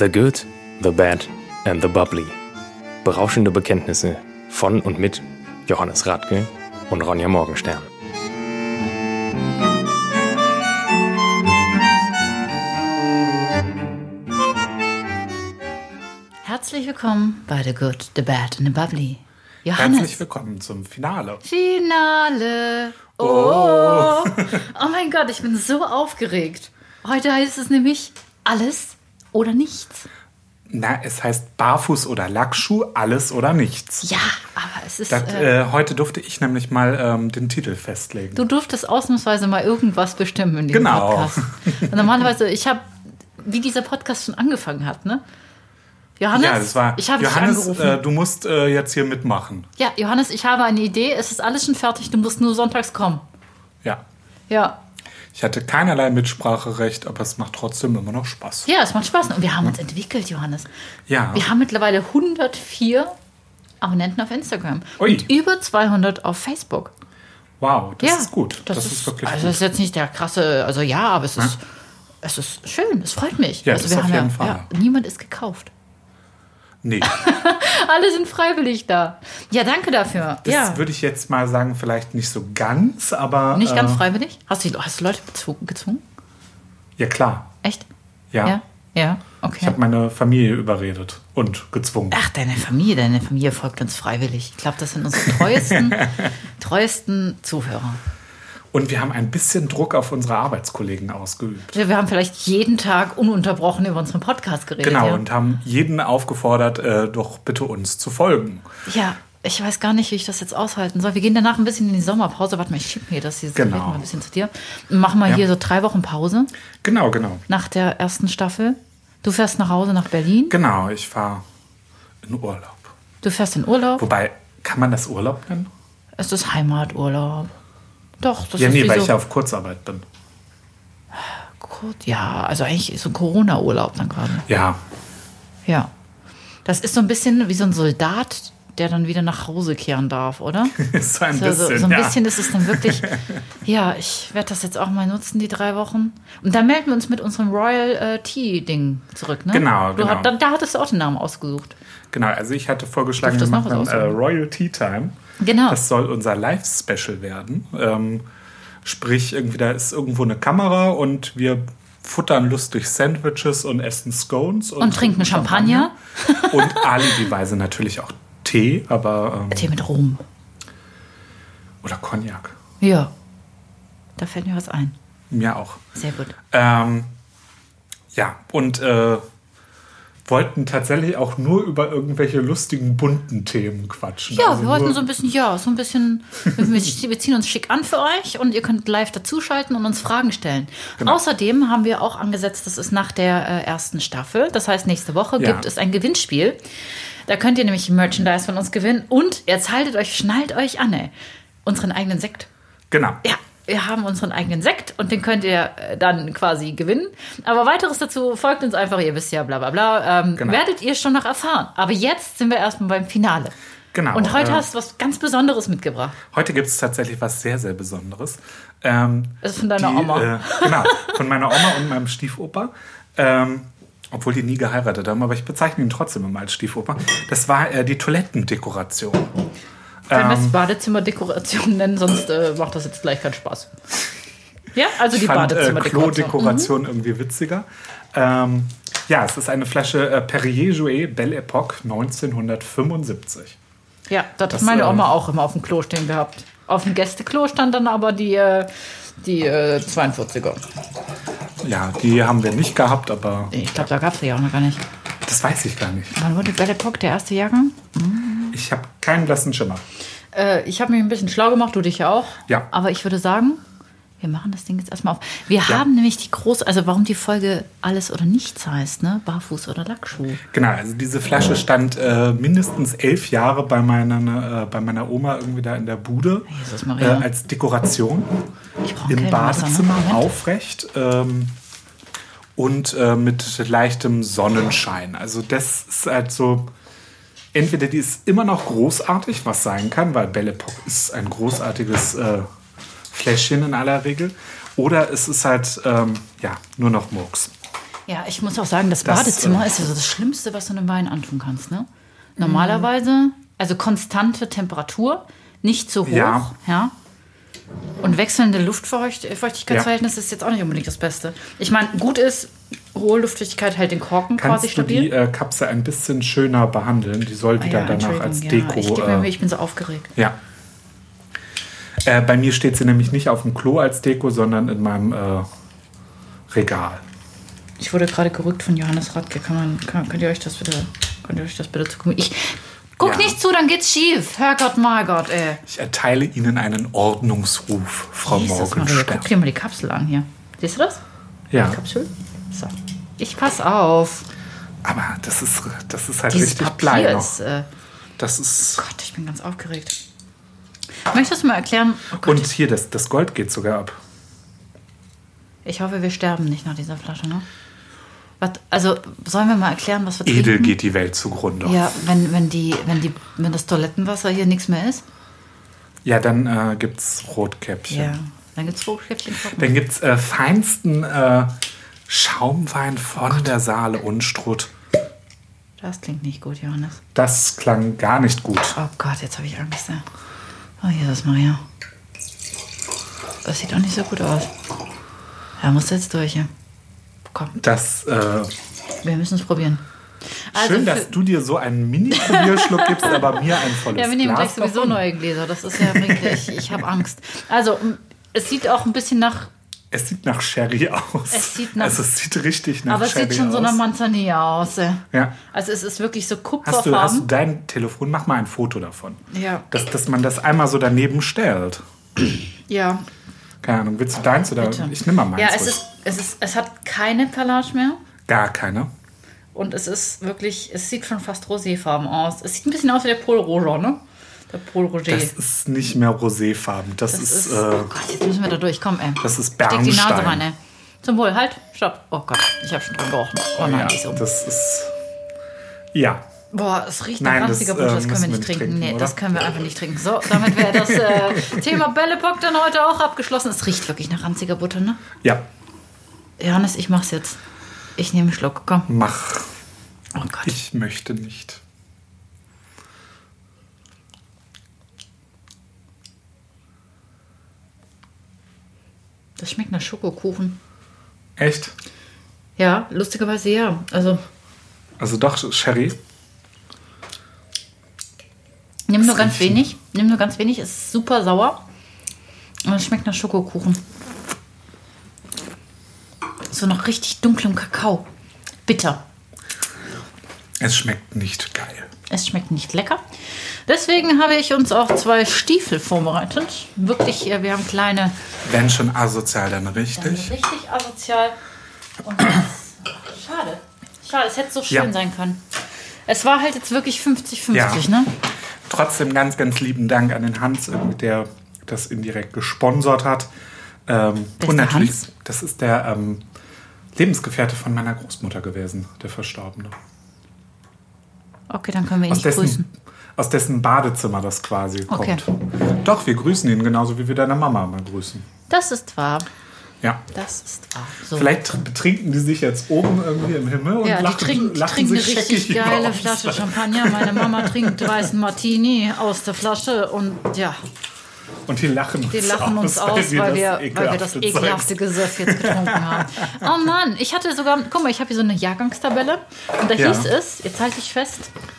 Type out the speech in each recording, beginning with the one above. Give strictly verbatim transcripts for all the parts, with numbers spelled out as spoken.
The Good, The Bad and The Bubbly. Berauschende Bekenntnisse von und mit Johannes Radke und Ronja Morgenstern. Herzlich willkommen bei The Good, The Bad and The Bubbly. Johannes. Herzlich willkommen zum Finale. Finale. Oh. Oh mein Gott, ich bin so aufgeregt. Heute heißt es nämlich alles oder nichts. Na, es heißt Barfuß oder Lackschuh, alles oder nichts. Ja, aber es ist... Das, äh, äh, heute durfte ich nämlich mal ähm, den Titel festlegen. Du durftest ausnahmsweise mal irgendwas bestimmen in diesem Genau. Podcast. Und normalerweise, ich habe, wie dieser Podcast schon angefangen hat, ne? Johannes, ja, das war, ich habe dich Johannes, angerufen. äh, du musst äh, jetzt hier mitmachen. Ja, Johannes, ich habe eine Idee. Es ist alles schon fertig. Du musst nur sonntags kommen. Ja. Ja. Ich hatte keinerlei Mitspracherecht, aber es macht trotzdem immer noch Spaß. Ja, es macht Spaß. Und wir haben uns entwickelt, Johannes. Ja. Wir haben mittlerweile hundertvier Abonnenten auf Instagram. Ui. Und über zweihundert auf Facebook. Wow, das ja, ist gut. Das, Das, ist, ist wirklich also gut. das ist jetzt nicht der krasse, also ja, aber es ist, Ja. es ist schön. Es freut mich. Ja, also das wir auf haben jeden ja, Fall. Ja, niemand ist gekauft. Nee, Alle sind freiwillig da. Ja, danke dafür. das ja. würde ich jetzt mal sagen, vielleicht nicht so ganz, aber... Nicht ganz äh, freiwillig? Hast du, hast du Leute bezwungen- gezwungen? Ja, klar. Echt? Ja. Ja, ja? Ich Okay. habe meine Familie überredet und gezwungen. Ach, deine Familie, deine Familie folgt uns freiwillig. Ich glaube, das sind unsere treuesten, treuesten Zuhörer. Und wir haben ein bisschen Druck auf unsere Arbeitskollegen ausgeübt. Wir haben vielleicht jeden Tag ununterbrochen über unseren Podcast geredet. Genau, ja. und haben jeden aufgefordert, äh, doch bitte uns zu folgen. Ja, ich weiß gar nicht, wie ich das jetzt aushalten soll. Wir gehen danach ein bisschen in die Sommerpause. Warte mal, ich schiebe mir das hier Genau. mal ein bisschen zu dir. Und machen mal Ja. hier so drei Wochen Pause Genau, genau. nach der ersten Staffel. Du fährst nach Hause nach Berlin. Genau, ich fahre in Urlaub. Du fährst in Urlaub. Wobei, kann man das Urlaub nennen? Es ist Heimaturlaub. Doch, das Ja, ist nee, wie weil so ich ja auf Kurzarbeit bin. Gut, ja, also eigentlich so Corona-Urlaub dann gerade. Ja, Ja. Das ist so ein bisschen wie so ein Soldat, der dann wieder nach Hause kehren darf, oder? so ein So, bisschen. so, so ein ja. bisschen ist es dann wirklich, ja, ich werde das jetzt auch mal nutzen, die drei Wochen. Und dann melden wir uns mit unserem Royal äh, Tea-Ding zurück, ne? Genau, du genau. Hat, da, da hattest du auch den Namen ausgesucht. Genau, also ich hatte vorgeschlagen, wir Durftest noch machen was äh, aussuchen? Royal Tea Time. Genau. Das soll unser Live-Special werden. Ähm, sprich, irgendwie da ist irgendwo eine Kamera und wir futtern lustig Sandwiches und essen Scones. Und, Und trinken Champagner. Und alibiweise natürlich auch Tee, aber... Ähm, Tee mit Rum. oder Cognac. Ja. Da fällt mir was ein. Mir auch. Sehr gut. Ähm, ja, und äh, wollten tatsächlich auch nur über irgendwelche lustigen, bunten Themen quatschen. Ja, Also wir wollten nur- so ein bisschen, ja, so ein bisschen, wir, wir ziehen uns schick an für euch und ihr könnt live dazuschalten und uns Fragen stellen. Genau. Außerdem haben wir auch angesetzt, das ist nach der äh, ersten Staffel, das heißt nächste Woche Ja. gibt es ein Gewinnspiel. Da könnt ihr nämlich Merchandise von uns gewinnen und jetzt haltet euch, schnallt euch an, ey, unseren eigenen Sekt. Genau. Ja, wir haben unseren eigenen Sekt und den könnt ihr äh, dann quasi gewinnen. Aber weiteres dazu, folgt uns einfach, ihr wisst ja, bla bla bla. Ähm, Genau. Werdet ihr schon noch erfahren. Aber jetzt sind wir erstmal beim Finale. Genau. Und heute äh, hast du was ganz Besonderes mitgebracht. Heute gibt es tatsächlich was sehr, sehr Besonderes. Ähm, Das ist von deiner die, Oma. Äh, genau, von meiner Oma und meinem Stiefoper. Ähm, obwohl die nie geheiratet haben, aber ich bezeichne ihn trotzdem immer als Stiefoper. Das war äh, die Toilettendekoration. Können wir es Ähm, Badezimmerdekoration nennen, sonst äh, macht das jetzt gleich keinen Spaß. Ja, also die ich fand äh, Badezimmerdekoration. Klo-Dekoration irgendwie witziger. Ähm, ja, es ist eine Flasche äh, Perrier Jouet Belle Époque neunzehnhundertfünfundsiebzig. Ja, das, Das, hat meine äh, Oma auch immer auf dem Klo stehen gehabt. Auf dem Gästeklo stand dann aber die, äh, die äh, zweiundvierziger. Ja, die haben wir nicht gehabt, aber Ich glaube, da gab es ja auch noch gar nicht. das weiß ich gar nicht. Wann wurde Belle Époque der erste Jahrgang? Ich habe keinen blassen Schimmer. Äh, ich habe mich ein bisschen schlau gemacht, du dich ja auch. Ja. Aber ich würde sagen, wir machen das Ding jetzt erstmal auf. Wir haben nämlich die große, also warum die Folge Alles oder Nichts heißt, ne? Barfuß oder Lackschuh. Genau, also diese Flasche stand äh, mindestens elf Jahre bei meiner, äh, bei meiner Oma irgendwie da in der Bude Jesus äh, Maria. als Dekoration Ich brauche im kein Wasser, ne? Badezimmer Moment. aufrecht ähm, und äh, mit leichtem Sonnenschein. Also das ist halt so, entweder die ist immer noch großartig, was sein kann, weil Belle Époque ist ein großartiges äh, Fläschchen in aller Regel, oder es ist halt ähm, ja nur noch Murks. Ja, ich muss auch sagen, das, Das, Badezimmer äh, ist ja so das Schlimmste, was du einem Wein antun kannst. Ne? Normalerweise, also konstante Temperatur, nicht zu hoch. Ja. Ja. Und wechselnde Luftfeuchtigkeitsverhältnisse ist jetzt auch nicht unbedingt das Beste. Ich meine, gut ist, hohe Luftfeuchtigkeit hält den Korken quasi Kannst du stabil. die äh, Kapsel ein bisschen schöner behandeln? Die soll Ah wieder ja, danach als Entschuldigung, Deko... Ja. Ich, geb mir äh, Mühe, ich bin so aufgeregt. Ja. Äh, bei mir steht sie nämlich nicht auf dem Klo als Deko, sondern in meinem äh, Regal. Ich wurde gerade gerückt von Johannes Radke. Kann man, kann, könnt ihr euch das bitte, könnt ihr euch das bitte zugucken? Ich guck Ja. nicht zu, dann geht's schief. Herrgott, Margott, ey. Ich erteile Ihnen einen Ordnungsruf, Frau Jesus Maria, Morgenstern. guck dir mal die Kapsel an hier. Siehst du das? Ja, Die Kapsel? So. Ich pass auf. aber das ist, das ist halt Dieses richtig Papier Blei noch. ist... Äh, Das ist... Gott, ich bin ganz aufgeregt. Möchtest du mal erklären? Oh Gott, Und hier, das, das Gold geht sogar ab. ich hoffe, wir sterben nicht nach dieser Flasche, ne? Was, also, sollen wir mal erklären, was wir Edel trinken? geht die Welt zugrunde. Ja, wenn, wenn, die, wenn, die, wenn das Toilettenwasser hier nichts mehr ist. Ja, dann äh, gibt es Rotkäppchen. Ja, dann gibt's Rotkäppchen. Dann gibt es äh, feinsten äh, Schaumwein von der Saale Unstrut. Das klingt nicht gut, Johannes. Das klang gar nicht gut. Oh Gott, jetzt habe ich Angst. Ja. Oh, Jesus Maria. Das sieht auch nicht so gut aus. Ja, musst du jetzt durch hier. Komm, Das, äh, wir müssen es probieren. Also schön, für- dass du dir so einen Mini-Probierschluck gibst, aber mir ein volles Ja, wir nehmen gleich Glas sowieso davon. neue Gläser. Das ist ja wirklich, ich habe Angst. Also, m, es sieht auch ein bisschen nach, Es sieht nach Sherry aus. Es sieht nach- also es sieht richtig nach aber es Sherry sieht schon so aus. nach Manzanilla aus. äh. Ja. Also es ist wirklich so Hast du, hast du kupferfarben. dein Telefon? Mach mal ein Foto davon. Ja, Dass, dass man das einmal so daneben stellt. ja, Keine Ahnung, willst du deins oder bitte. ich nehme mal meins. Ja, es ruhig. ist, es ist, es hat keine Perlage mehr. Gar keine. Und es ist wirklich, es sieht schon fast roséfarben aus. Es sieht ein bisschen aus wie der Paul Roger, ne? Der Paul Roger. Das ist nicht mehr roséfarben. Das, Das ist, ist, äh, oh Gott, jetzt müssen wir da durch. Komm, ey. das ist Steck die Nase Bernstein. rein, ey. Zum Wohl, halt, stopp. Oh Gott, ich habe schon dran gerochen. Oh nein, ja, die ist um. das ist. Ja. Boah, es riecht Nein, nach das, ranziger Butter, äh, das können müssen wir wir nicht nicht trinken. trinken, Nee, oder? das können wir einfach nicht trinken. So, damit wäre das äh, Thema Bällepock dann heute auch abgeschlossen. Es riecht wirklich nach ranziger Butter, ne? Ja. Johannes, ich mach's jetzt. Ich nehme einen Schluck, komm. Mach. Oh Gott. Ich möchte nicht. Das schmeckt nach Schokokuchen. Echt? Ja, lustigerweise ja. Also, Also doch, Sherry. nimm nur Das ganz riecht- wenig. Nimm nur ganz wenig. Es ist super sauer. Und es schmeckt nach Schokokuchen. So nach richtig dunklem Kakao. Bitter. Es schmeckt nicht geil. Es schmeckt nicht lecker. Deswegen habe ich uns auch zwei Stiefel vorbereitet. Wirklich, äh, wir haben kleine, Wenn schon asozial, dann dann richtig. richtig asozial. Und das, schade. Schade, es hätte so schön Ja. sein können. Es war halt jetzt wirklich fünfzig fünfzig, Ja. ne? Trotzdem ganz, ganz lieben Dank an den Hans, der das indirekt gesponsert hat. Ähm, Wer ist und der natürlich, Hans? das ist der ähm, Lebensgefährte von meiner Großmutter gewesen, der Verstorbene. Okay, dann können wir ihn Aus nicht dessen, grüßen. aus dessen Badezimmer das quasi Okay. kommt. Doch, wir grüßen ihn genauso, wie wir deine Mama mal grüßen. Das ist wahr. Ja. Das ist wahr. So. Vielleicht betrinken die sich jetzt oben irgendwie im Himmel und Ja, lachen, die trinken, die lachen trinken eine sich richtig scheckig über geile uns. Flasche Champagner. Meine Mama trinkt weißen Martini aus der Flasche und ja, Und die lachen uns die lachen uns aus, aus, weil wir, das weil wir das ekelhafte ekelhafte Gesöff jetzt getrunken haben. Oh Mann, ich hatte sogar, guck mal, ich habe hier so eine Jahrgangstabelle und da Ja. hieß es, jetzt halte ich fest,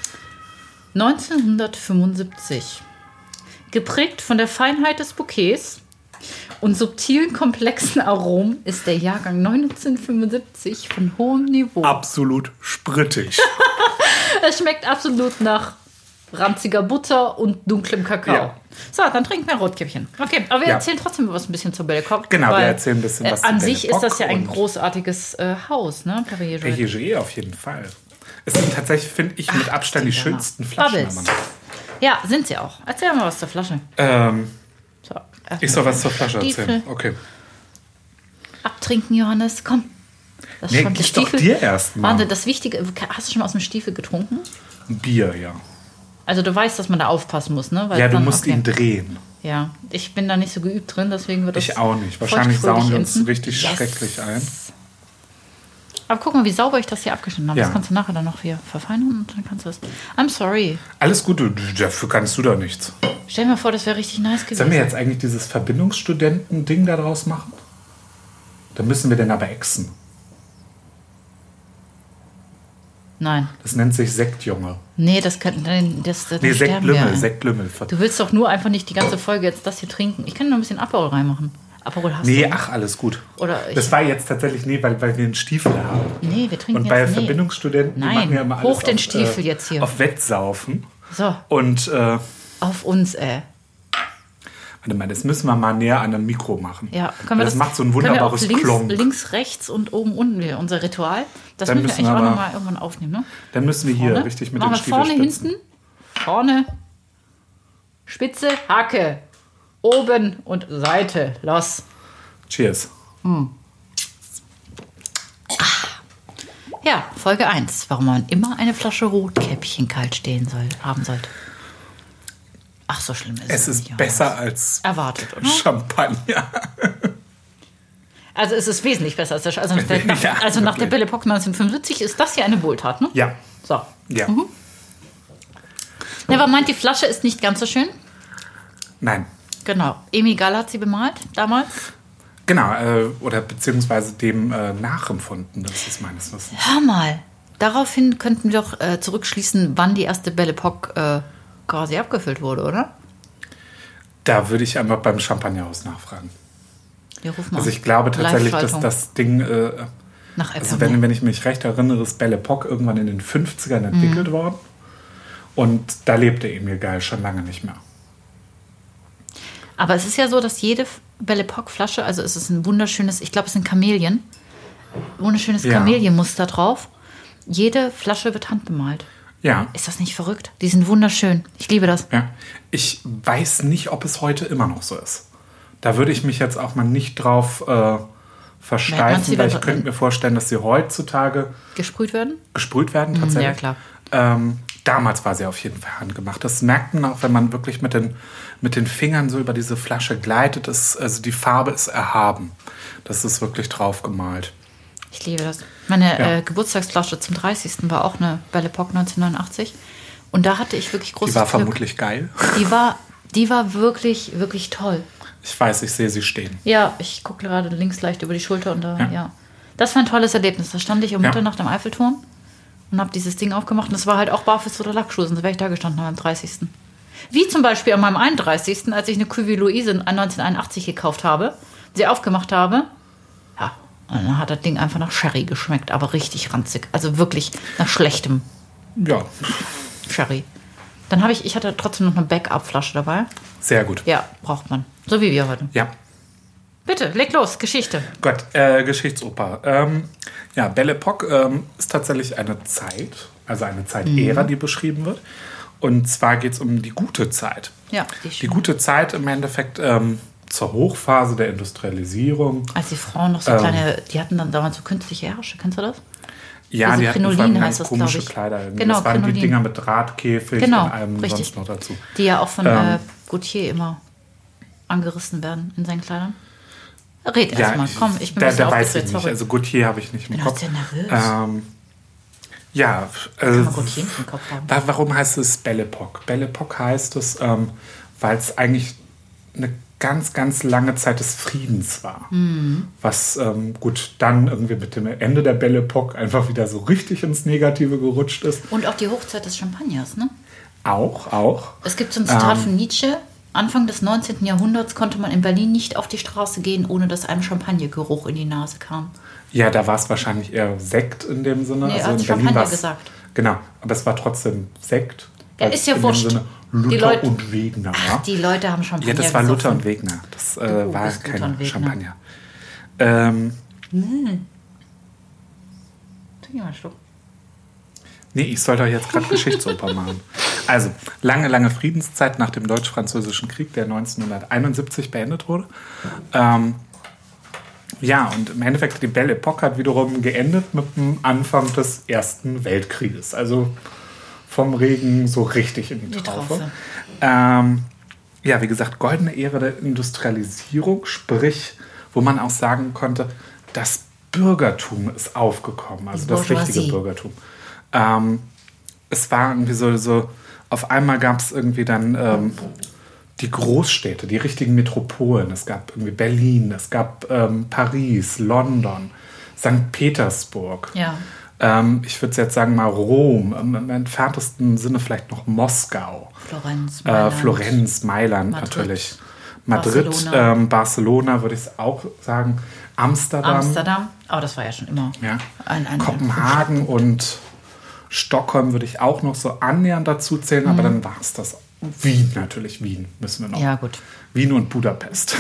neunzehnhundertfünfundsiebzig. Geprägt von der Feinheit des Bouquets und subtilen, komplexen Aromen ist der Jahrgang neunzehnhundertfünfundsiebzig von hohem Niveau. Absolut sprittig. Es schmeckt absolut nach ranziger Butter und dunklem Kakao. Ja. So, dann trinken wir Rotkäppchen. Okay, aber wir Ja. erzählen trotzdem was ein bisschen zur Belle Epoque. Genau, wir weil, erzählen ein bisschen was äh, An zur Belle sich ist das ja ein Epoque und- großartiges äh, Haus, ne? Perrier Der Heger auf jeden Fall. Es sind tatsächlich, finde ich, mit Ach, Abstand die die Dinger. schönsten Flaschen. Bubbles. wenn man- Ja, sind sie auch. Erzähl mal was zur Flasche. Ähm, So, ich soll was zur Flasche Stiefel. erzählen. Okay. Abtrinken, Johannes, komm. Das ist Nee, schon der gib doch Stiefel. dir erst mal. Warte, das Wichtige, hast du schon mal aus dem Stiefel getrunken? Bier, ja. Also du weißt, dass man da aufpassen muss, ne? Weil Ja, du dann- musst okay. ihn drehen. Ja, ich bin da nicht so geübt drin, deswegen wird das Ich auch nicht. Wahrscheinlich feuchtfröhlich sauen wir uns enden. richtig Yes. schrecklich ein. Aber guck mal, wie sauber ich das hier abgeschnitten habe. Ja. Das kannst du nachher dann noch hier verfeinern und dann kannst du das. I'm sorry. Alles gut, du, dafür kannst du doch nichts. Stell dir mal vor, das wäre richtig nice gewesen. Sollen wir jetzt eigentlich dieses Verbindungsstudenten-Ding da draus machen? Dann müssen wir den aber exen. Nein. Das nennt sich Sektjunge. Nee, das könnte. Das, das Nee, sterben wir. Sektlümmel, Sektlümmel. Du willst doch nur einfach nicht die ganze Folge jetzt das hier trinken. Ich kann nur ein bisschen Aperol reinmachen. Aperol hast Nee, du. ach, alles gut. Oder ich, Das war jetzt tatsächlich, nee, weil, weil wir einen Stiefel haben. nee, wir trinken Und bei jetzt nee. Verbindungsstudenten, die Nein, machen ja immer alles hoch den auf, Stiefel äh, jetzt hier. auf Wettsaufen. So, Und, äh, auf uns, ey. warte mal, das müssen wir mal näher an einem Mikro machen. Ja, können wir das, das macht so ein können wir wunderbares auch links, Klonk. links, rechts und oben, unten wieder unser Ritual. Das Dann müssen wir müssen eigentlich wir auch aber- nochmal irgendwann aufnehmen, ne? Dann müssen wir hier Vorne. richtig mit Machen den wir vorne, Stiefelspitzen. hinten, vorne, Spitze, Hacke, oben und Seite. Los. Cheers. Ja, Folge eins. Warum man immer eine Flasche Rotkäppchen kalt stehen soll, haben sollte. Ach, so schlimm ist es Es ist nicht. besser als Erwartet, oder? Champagner. Also es ist wesentlich besser als der, also, nach, Ja, also nach der wirklich. Belle Epoque neunzehnhundertfünfundsiebzig ist das hier eine Wohltat, ne? Ja, So. ja. Mhm. Never meint, die Flasche ist nicht ganz so schön. Nein. Genau. Emi Gall hat sie bemalt damals. Genau, äh, oder beziehungsweise dem äh, nachempfunden, das ist meines Wissens. Hör mal. Daraufhin könnten wir doch äh, zurückschließen, wann die erste Belle Epoque äh, quasi abgefüllt wurde, oder? Da würde ich einmal beim Champagnerhaus nachfragen. Ja, ruf mal. Also ich glaube tatsächlich, dass Live-Schaltung. das Ding, äh, Nach also Epernay. wenn, wenn ich mich recht erinnere, ist Belle Epoque irgendwann in den fünfzigern Mhm. entwickelt worden. Und da lebte Emil Geil schon lange nicht mehr. Aber es ist ja so, dass jede Belle Epoque Flasche, also es ist ein wunderschönes, ich glaube, es sind Kamelien, wunderschönes Ja. Kamelienmuster drauf. Jede Flasche wird handbemalt. Ja, Ist das nicht verrückt? Die sind wunderschön. Ich liebe das. ja. Ich weiß nicht, ob es heute immer noch so ist. Da würde ich mich jetzt auch mal nicht drauf äh, Merkt man's, versteifen, die weil ich werden- könnte mir vorstellen, dass sie heutzutage Gesprüht werden? gesprüht werden tatsächlich. ja, klar. Ähm, damals war sie auf jeden Fall handgemacht. Das merkt man auch, wenn man wirklich mit den, mit den Fingern so über diese Flasche gleitet. Das, also die Farbe ist erhaben. Das ist wirklich drauf gemalt. Ich liebe das. Meine Ja. äh, Geburtstagsflasche zum dreißigsten war auch eine Belle Epoque neunzehnhundertneunundachtzig. Und da hatte ich wirklich großes Die war Glück. vermutlich geil. Die war, die war wirklich, wirklich toll. Ich weiß, ich sehe sie stehen. Ja, ich gucke gerade links leicht über die Schulter und da, ja. Ja. Das war ein tolles Erlebnis. Da stand ich um Ja. Mitternacht am Eiffelturm und habe dieses Ding aufgemacht. Und es war halt auch barfuß oder Lackschuhe, sonst wäre ich da gestanden am dreißigsten Wie zum Beispiel an meinem einunddreißigsten als ich eine Cuvée Louise neunzehnhunderteinundachtzig gekauft habe, sie aufgemacht habe. Ja, und dann hat das Ding einfach nach Sherry geschmeckt, aber richtig ranzig. Also wirklich nach schlechtem Ja, Sherry. Dann habe ich, ich hatte trotzdem noch eine Backup-Flasche dabei. sehr gut. Ja, braucht man. So wie wir heute. Ja. Bitte, leg los, Geschichte. Gott, äh, Geschichtsoper. Ähm, ja, Belle Epoque ähm, ist tatsächlich eine Zeit, also eine Zeitära, die beschrieben wird. Und zwar geht es um die gute Zeit. Ja, die, Die gute Zeit im Endeffekt ähm, zur Hochphase der Industrialisierung. Als die Frauen noch so Ähm. kleine, die hatten dann damals so künstliche Ärsche, kennst du das? Ja, Diese die hatten vor allem Krinolin ganz heißt das, komische glaub ich. Kleider. Irgendwie. Genau, das waren Krinolin. die Dinger mit Drahtkäfig Genau, und allem richtig. sonst noch dazu. Die ja auch von Ähm. äh, Gautier immer angerissen werden in seinen Kleidern. Red Ja, erstmal, ich, komm, ich bin da, ein bisschen da weiß ich aufgedreht, nicht. sorry. Also Gautier habe ich nicht im bin Kopf. heute sehr nervös. Ähm, ja, Kann äh, man Gautier im Kopf haben. wa- warum heißt es Belle Epoque? Belle Epoque heißt es, ähm, weil es eigentlich eine ganz, ganz lange Zeit des Friedens war. Mhm. Was ähm, gut dann irgendwie mit dem Ende der Belle Epoque einfach wieder so richtig ins Negative gerutscht ist. Und auch die Hochzeit des Champagners, ne? Auch, auch. Es gibt so ein Zitat Ähm. von Nietzsche. Anfang des neunzehnten Jahrhunderts konnte man in Berlin nicht auf die Straße gehen, ohne dass einem Champagnergeruch in die Nase kam. Ja, da war es wahrscheinlich eher Sekt in dem Sinne. Nee, er hat in Champagner war's- gesagt. Genau, aber es war trotzdem Sekt. Ja, weil ist ja in wurscht. Dem Sinne Luther Die Leute- und Wegner. Ach, die Leute haben Champagner Ja, das war Luther gesoffen. und Wegner. Das äh, Du war bist Luther kein und Wegner. Champagner. Ähm, Trink mal einen Schluck. nee, ich sollte euch jetzt gerade Geschichtsoper machen. Also, lange, lange Friedenszeit nach dem Deutsch-Französischen Krieg, der neunzehnhunderteinundsiebzig beendet wurde. Ähm, ja, und im Endeffekt, die Belle Epoque hat wiederum geendet mit dem Anfang des Ersten Weltkrieges. Also vom Regen so richtig in die, Die Traufe. Traufe. Ähm, ja, wie gesagt, goldene Ära der Industrialisierung, sprich, wo man auch sagen konnte, das Bürgertum ist aufgekommen, also Die das richtige Bourgeoisie. Bürgertum. Ähm, es war irgendwie so, so auf einmal gab es irgendwie dann ähm, die Großstädte, die richtigen Metropolen. Es gab irgendwie Berlin, es gab ähm, Paris, London, Sankt Petersburg. Ja. Ähm, ich würde jetzt sagen mal Rom, im, im entferntesten Sinne vielleicht noch Moskau. Florenz, Äh, Mailand. Florenz, Mailand Madrid, natürlich. Madrid, Barcelona. ähm, Barcelona würde ich auch sagen. Amsterdam. Amsterdam, aber das war ja schon immer Ja. ein, ein Kopenhagen und Stockholm würde ich auch noch so annähernd dazu zählen, aber dann war es das. Wien natürlich, Wien müssen wir noch. Ja, gut. Wien und Budapest.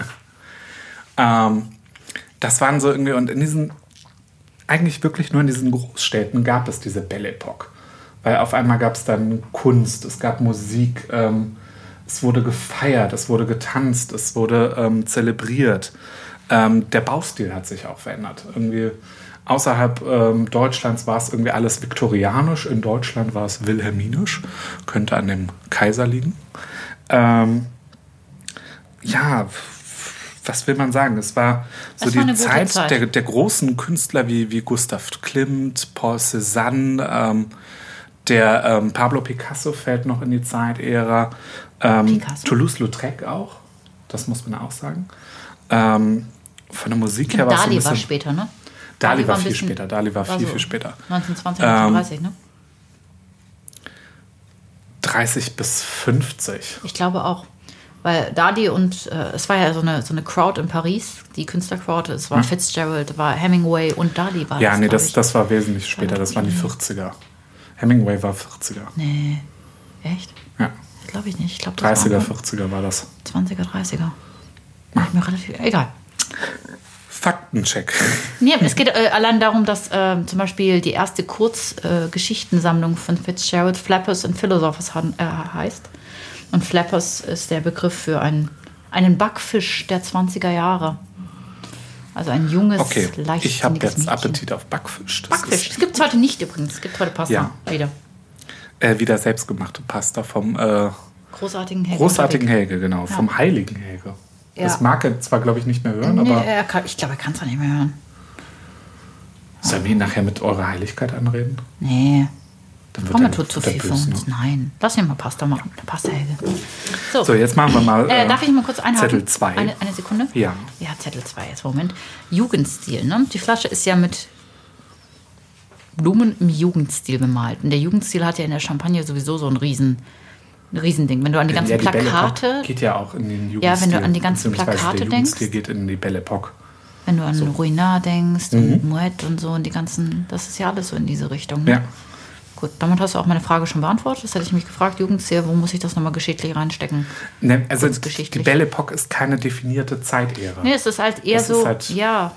ähm, das waren so irgendwie, und in diesen, eigentlich wirklich nur in diesen Großstädten gab es diese Belle Epoque. Weil auf einmal gab es dann Kunst, es gab Musik, ähm, es wurde gefeiert, es wurde getanzt, es wurde ähm, zelebriert. Ähm, der Baustil hat sich auch verändert. Irgendwie außerhalb ähm, Deutschlands war es irgendwie alles viktorianisch, in Deutschland war es wilhelminisch, könnte an dem Kaiser liegen. Ähm, ja, was will man sagen? Es war so Es war die eine gute Zeit, Zeit. Der, der großen Künstler wie, wie Gustav Klimt, Paul Cézanne, ähm, der ähm, Pablo Picasso fällt noch in die Zeitära, ähm, Picasso? Toulouse-Lautrec auch, das muss man auch sagen. Ähm, von der Musik her war es so ein Dali bisschen... war später, ne? Dali war ein viel bisschen- später, Dali war war viel, so viel später. neunzehnhundertzwanzig, neunzehnhundertdreißig, ne? dreißig bis fünfzig. Ich glaube auch. Weil Dali und äh, es war ja so eine, so eine Crowd in Paris, die Künstlercrowd, es war Fitzgerald, war Hemingway und Dali war Ja, das, nee, glaub das, ich. das war wesentlich später, das waren die vierziger. Hemingway war vierziger. Nee, echt? Ja, Glaube ich nicht. Ich glaube, das dreißiger, war vierziger war das. zwanziger, dreißiger. Bin ich mir relativ, egal. Faktencheck. Nee, es geht äh, allein darum, dass äh, zum Beispiel die erste Kurzgeschichtensammlung äh, Geschichtensammlung von Fitzgerald Flappers and Philosophers han- äh, heißt. Und Flappers ist der Begriff für einen, einen Backfisch der zwanziger Jahre. Also ein junges, Okay, ich habe leichtsinniges jetzt Mädchen. Appetit auf Backfisch. Das Backfisch. ist Es gibt es heute nicht übrigens. Es gibt heute Pasta. Ja. Wieder. äh, wieder selbstgemachte Pasta vom äh, Großartigen Helge. großartigen Unterwegs. Helge, genau, vom heiligen Helge. Ja. Das mag er zwar, glaube ich, nicht mehr hören, Nee, aber er kann, ich glaube, er kann es auch nicht mehr hören. sollen wir ihn nachher mit eurer Heiligkeit anreden? Nee. Dann wird Komm, er- er tut zu wird er viel für böse, uns. ne? Nein. Lass ihn mal Pasta machen. Pasta Helge. So. So, jetzt machen wir mal Äh, äh, darf ich mal kurz einhaken? Zettel zwei. Eine, eine Sekunde? Ja. Ja, Zettel zwei jetzt. Moment. Jugendstil, ne? Die Flasche ist ja mit Blumen im Jugendstil bemalt. Und der Jugendstil hat ja in der Champagne sowieso so ein riesen, ein Riesending. Wenn du an die ganzen ja, die Belle Plakate, Epoque geht ja auch in den Jugendstil. Ja, wenn du an die ganzen beziehungsweise Plakate der denkst. Jugendstil geht in die Belle Epoque. wenn du an So. Ruinart denkst Mhm. und Moet und so und die ganzen, das ist ja alles so in diese Richtung. Ne? Ja. Gut, damit hast du auch meine Frage schon beantwortet. Das hätte ich mich gefragt, Jugendstil, wo muss ich das nochmal geschichtlich reinstecken? Ne, also die Kurzgeschichtlich. Belle Epoque ist keine definierte Zeitära. Nee, es ist halt eher Das ist so, halt ja,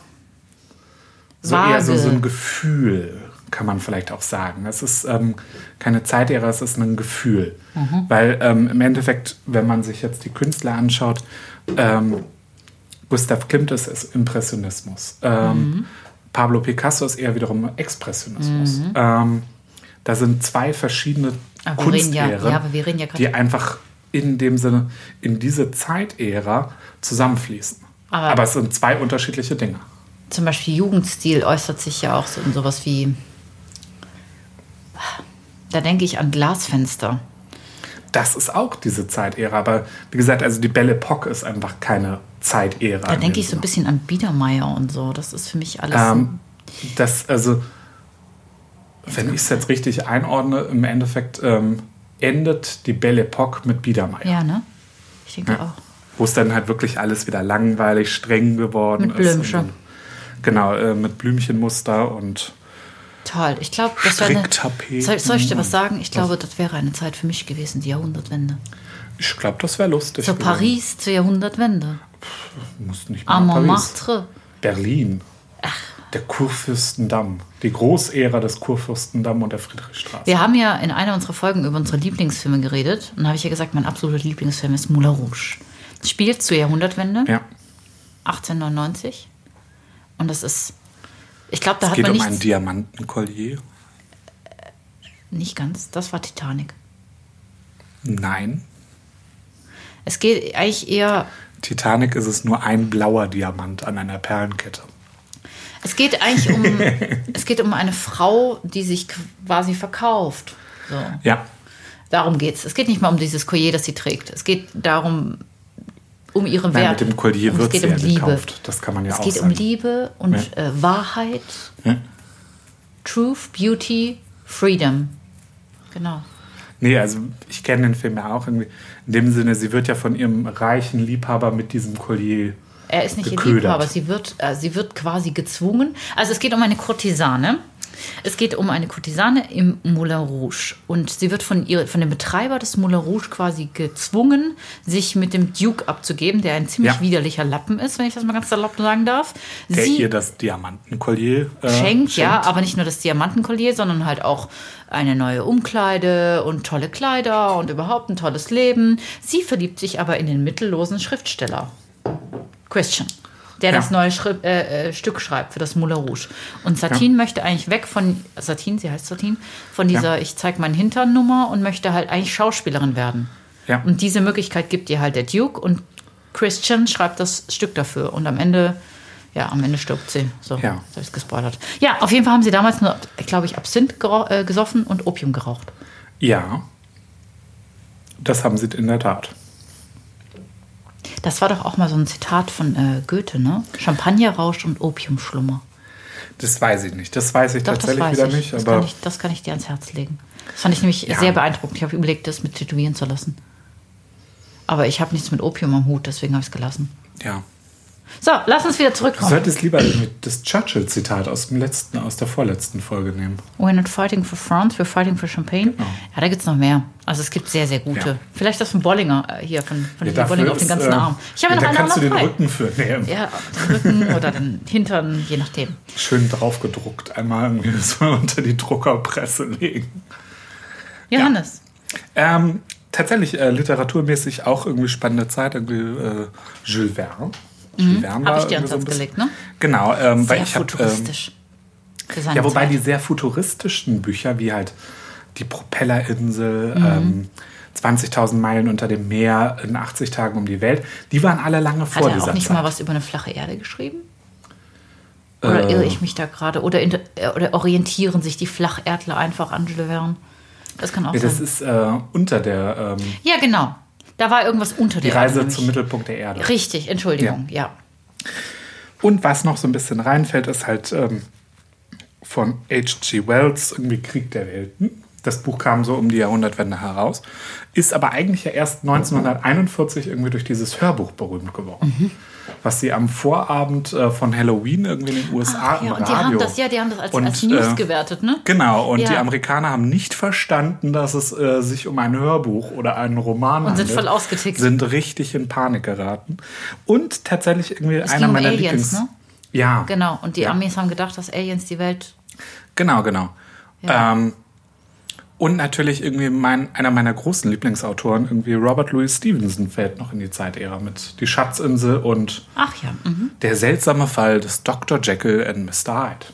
so eher so, vage. so ein Gefühl, kann man vielleicht auch sagen. Es ist ähm, keine Zeitära, es ist ein Gefühl. Mhm. Weil ähm, im Endeffekt, wenn man sich jetzt die Künstler anschaut, ähm, Gustav Klimt ist, ist Impressionismus. Ähm, Mhm. Pablo Picasso ist eher wiederum Expressionismus. Ähm, da sind zwei verschiedene Aber wir reden ja- Kunstären, ja, aber wir reden ja grad- die einfach in dem Sinne, in diese Zeitära zusammenfließen. Aber- Aber es sind zwei unterschiedliche Dinge. Zum Beispiel Jugendstil äußert sich ja auch so in sowas wie, da denke ich an Glasfenster. Das ist auch diese Zeitära. Aber wie gesagt, also die Belle Epoque ist einfach keine Zeitära. Da in denke dem ich so ein Sinne. bisschen an Biedermeier und so. Das ist für mich alles. Ähm, das, also, wenn ich es jetzt richtig einordne, im Endeffekt ähm, endet die Belle Epoque mit Biedermeier. ja, ne? Ich denke Ja. auch. Wo es dann halt wirklich alles wieder langweilig, streng geworden Mit ist. Blümchen. Und dann- Genau, äh, mit Blümchenmuster und Toll. Ich glaube, das wäre eine. Stricktapeten. Soll, soll ich dir was sagen? Ich glaube, das wäre eine Zeit für mich gewesen, die Jahrhundertwende. ich glaube, das wäre lustig. So gewesen. Paris zur Jahrhundertwende. Muss nicht mal À nach Paris. Montmartre. Berlin. Der Kurfürstendamm. Die Großära des Kurfürstendamm und der Friedrichstraße. Wir haben ja in einer unserer Folgen über unsere Lieblingsfilme geredet. Und da habe ich ja gesagt, mein absoluter Lieblingsfilm ist Moulin Rouge. Es spielt zur Jahrhundertwende, Ja. achtzehnhundertneunundneunzig. Und das ist, ich glaube, da Es hat geht man um ein nichts, Diamantenkollier. nicht ganz, das war Titanic. Nein. Es geht eigentlich eher, Titanic ist es nur ein blauer Diamant an einer Perlenkette. Es geht eigentlich um, es geht um eine Frau, die sich quasi verkauft. So. Ja. Darum geht's. Es geht nicht mal um dieses Collier, das sie trägt. Es geht darum, um ihren Nein, Wert. mit dem Collier Und wird es geht sie um ja Liebe. gekauft. Das kann man ja es auch geht sagen. um Liebe und Ja. äh, Wahrheit, Ja. Truth, Beauty, Freedom. Genau. Nee, also ich kenne den Film ja auch irgendwie. In dem Sinne, sie wird ja von ihrem reichen Liebhaber mit diesem Collier Er ist nicht ihr geködert. Liebhaber, sie wird, äh, sie wird quasi gezwungen. Also es geht um eine Kurtisane. Es geht um eine Kurtisane im Moulin Rouge. Und sie wird von, ihr, von dem Betreiber des Moulin Rouge quasi gezwungen, sich mit dem Duke abzugeben, der ein ziemlich Ja. widerlicher Lappen ist, wenn ich das mal ganz salopp sagen darf. Der Sie ihr das Diamantenkollier äh, schenkt, ja, aber nicht nur das Diamantenkollier, sondern halt auch eine neue Umkleide und tolle Kleider und überhaupt ein tolles Leben. Sie verliebt sich aber in den mittellosen Schriftsteller Christian, der Ja. das neue Schri äh, äh, Stück schreibt für das Moulin Rouge. Und Satine möchte eigentlich weg von, Satine, sie heißt Satine, von dieser Ja. Ich zeig meinen Hintern Nummer und möchte halt eigentlich Schauspielerin werden. Ja. Und diese Möglichkeit gibt ihr halt der Duke und Christian schreibt das Stück dafür. Und am Ende, ja, am Ende stirbt sie. So, Ja. jetzt habe ich gespoilert. Ja, auf jeden Fall haben sie damals nur, glaube ich, Absinth gerauch- äh, gesoffen und Opium geraucht. Ja. Das haben sie in der Tat. Das war doch auch mal so ein Zitat von äh, Goethe, ne? Champagnerrausch und Opiumschlummer. Das weiß ich nicht. Das weiß ich Doch, das tatsächlich weiß wieder ich. nicht. Das, Aber kann ich. das kann ich dir ans Herz legen. Das fand ich nämlich Ja. sehr beeindruckend. Ich habe überlegt, das mit tätowieren zu lassen. Aber ich habe nichts mit Opium am Hut, deswegen habe ich es gelassen. ja. So, lass uns wieder Du zurückkommen. solltest lieber das Churchill-Zitat aus dem letzten, aus der vorletzten Folge nehmen. We're not fighting for France, we're fighting for Champagne. Genau. Ja, da gibt es noch mehr. Also es gibt sehr, sehr gute. Ja. Vielleicht das von Bollinger äh, hier, von, von Ja, Lili Bollinger auf den ist, ganzen äh, Arm. Ich habe ja, ja noch da einen kannst du Arm den noch frei. Rücken für nee, Ja, den Rücken oder den Hintern, je nachdem. schön drauf gedruckt. Einmal irgendwie so unter die Druckerpresse legen. Johannes, Ähm, tatsächlich äh, literaturmäßig auch irgendwie spannende Zeit. Irgendwie äh, Jules Verne. Jules Verne habe war ich dir ans irgendwie so ein Herz bisschen- gelegt, ne? Genau, ähm, weil Sehr ich habe. Ähm, futuristisch. Für seine ja, wobei Zeit. die sehr futuristischen Bücher, wie halt die Propellerinsel, Mhm. ähm, zwanzigtausend Meilen unter dem Meer, in achtzig Tagen um die Welt, die waren alle lange vor Hat er dieser auch nicht Zeit. mal was über eine flache Erde geschrieben? Oder Äh. irre ich mich da gerade? Oder, inter- äh, oder orientieren sich die Flacherdler einfach an Jules Verne? Das kann auch Ja, das sein. ist äh, unter der ähm, Ja, genau. Da war irgendwas unter die der Reise Erde. zum Mittelpunkt der Erde. Richtig, Entschuldigung, ja. Und was noch so ein bisschen reinfällt, ist halt ähm, von H G Wells, irgendwie Krieg der Welten. Das Buch kam so um die Jahrhundertwende heraus, ist aber eigentlich ja erst neunzehnhunderteinundvierzig irgendwie durch dieses Hörbuch berühmt geworden. Mhm. Was sie am Vorabend äh, von Halloween irgendwie in den U S A Ach, im ja, und die Radio... haben das, ja, die haben das als, Und, als News äh, gewertet, ne? Genau, und Ja. die Amerikaner haben nicht verstanden, dass es äh, sich um ein Hörbuch oder einen Roman Und sind handelt. voll ausgetickt. Sind richtig in Panik geraten. Und tatsächlich irgendwie Es einer ging um meiner Aliens, Lieblings... ne? Ja, Genau, und die Ja. Amis haben gedacht, dass Aliens die Welt... genau, genau. Ja. Ähm, und natürlich irgendwie mein, einer meiner großen Lieblingsautoren, irgendwie Robert Louis Stevenson, fällt noch in die Zeitära mit Die Schatzinsel und Ach ja, mhm. Der seltsame Fall des Doktor Jekyll und Mister Hyde.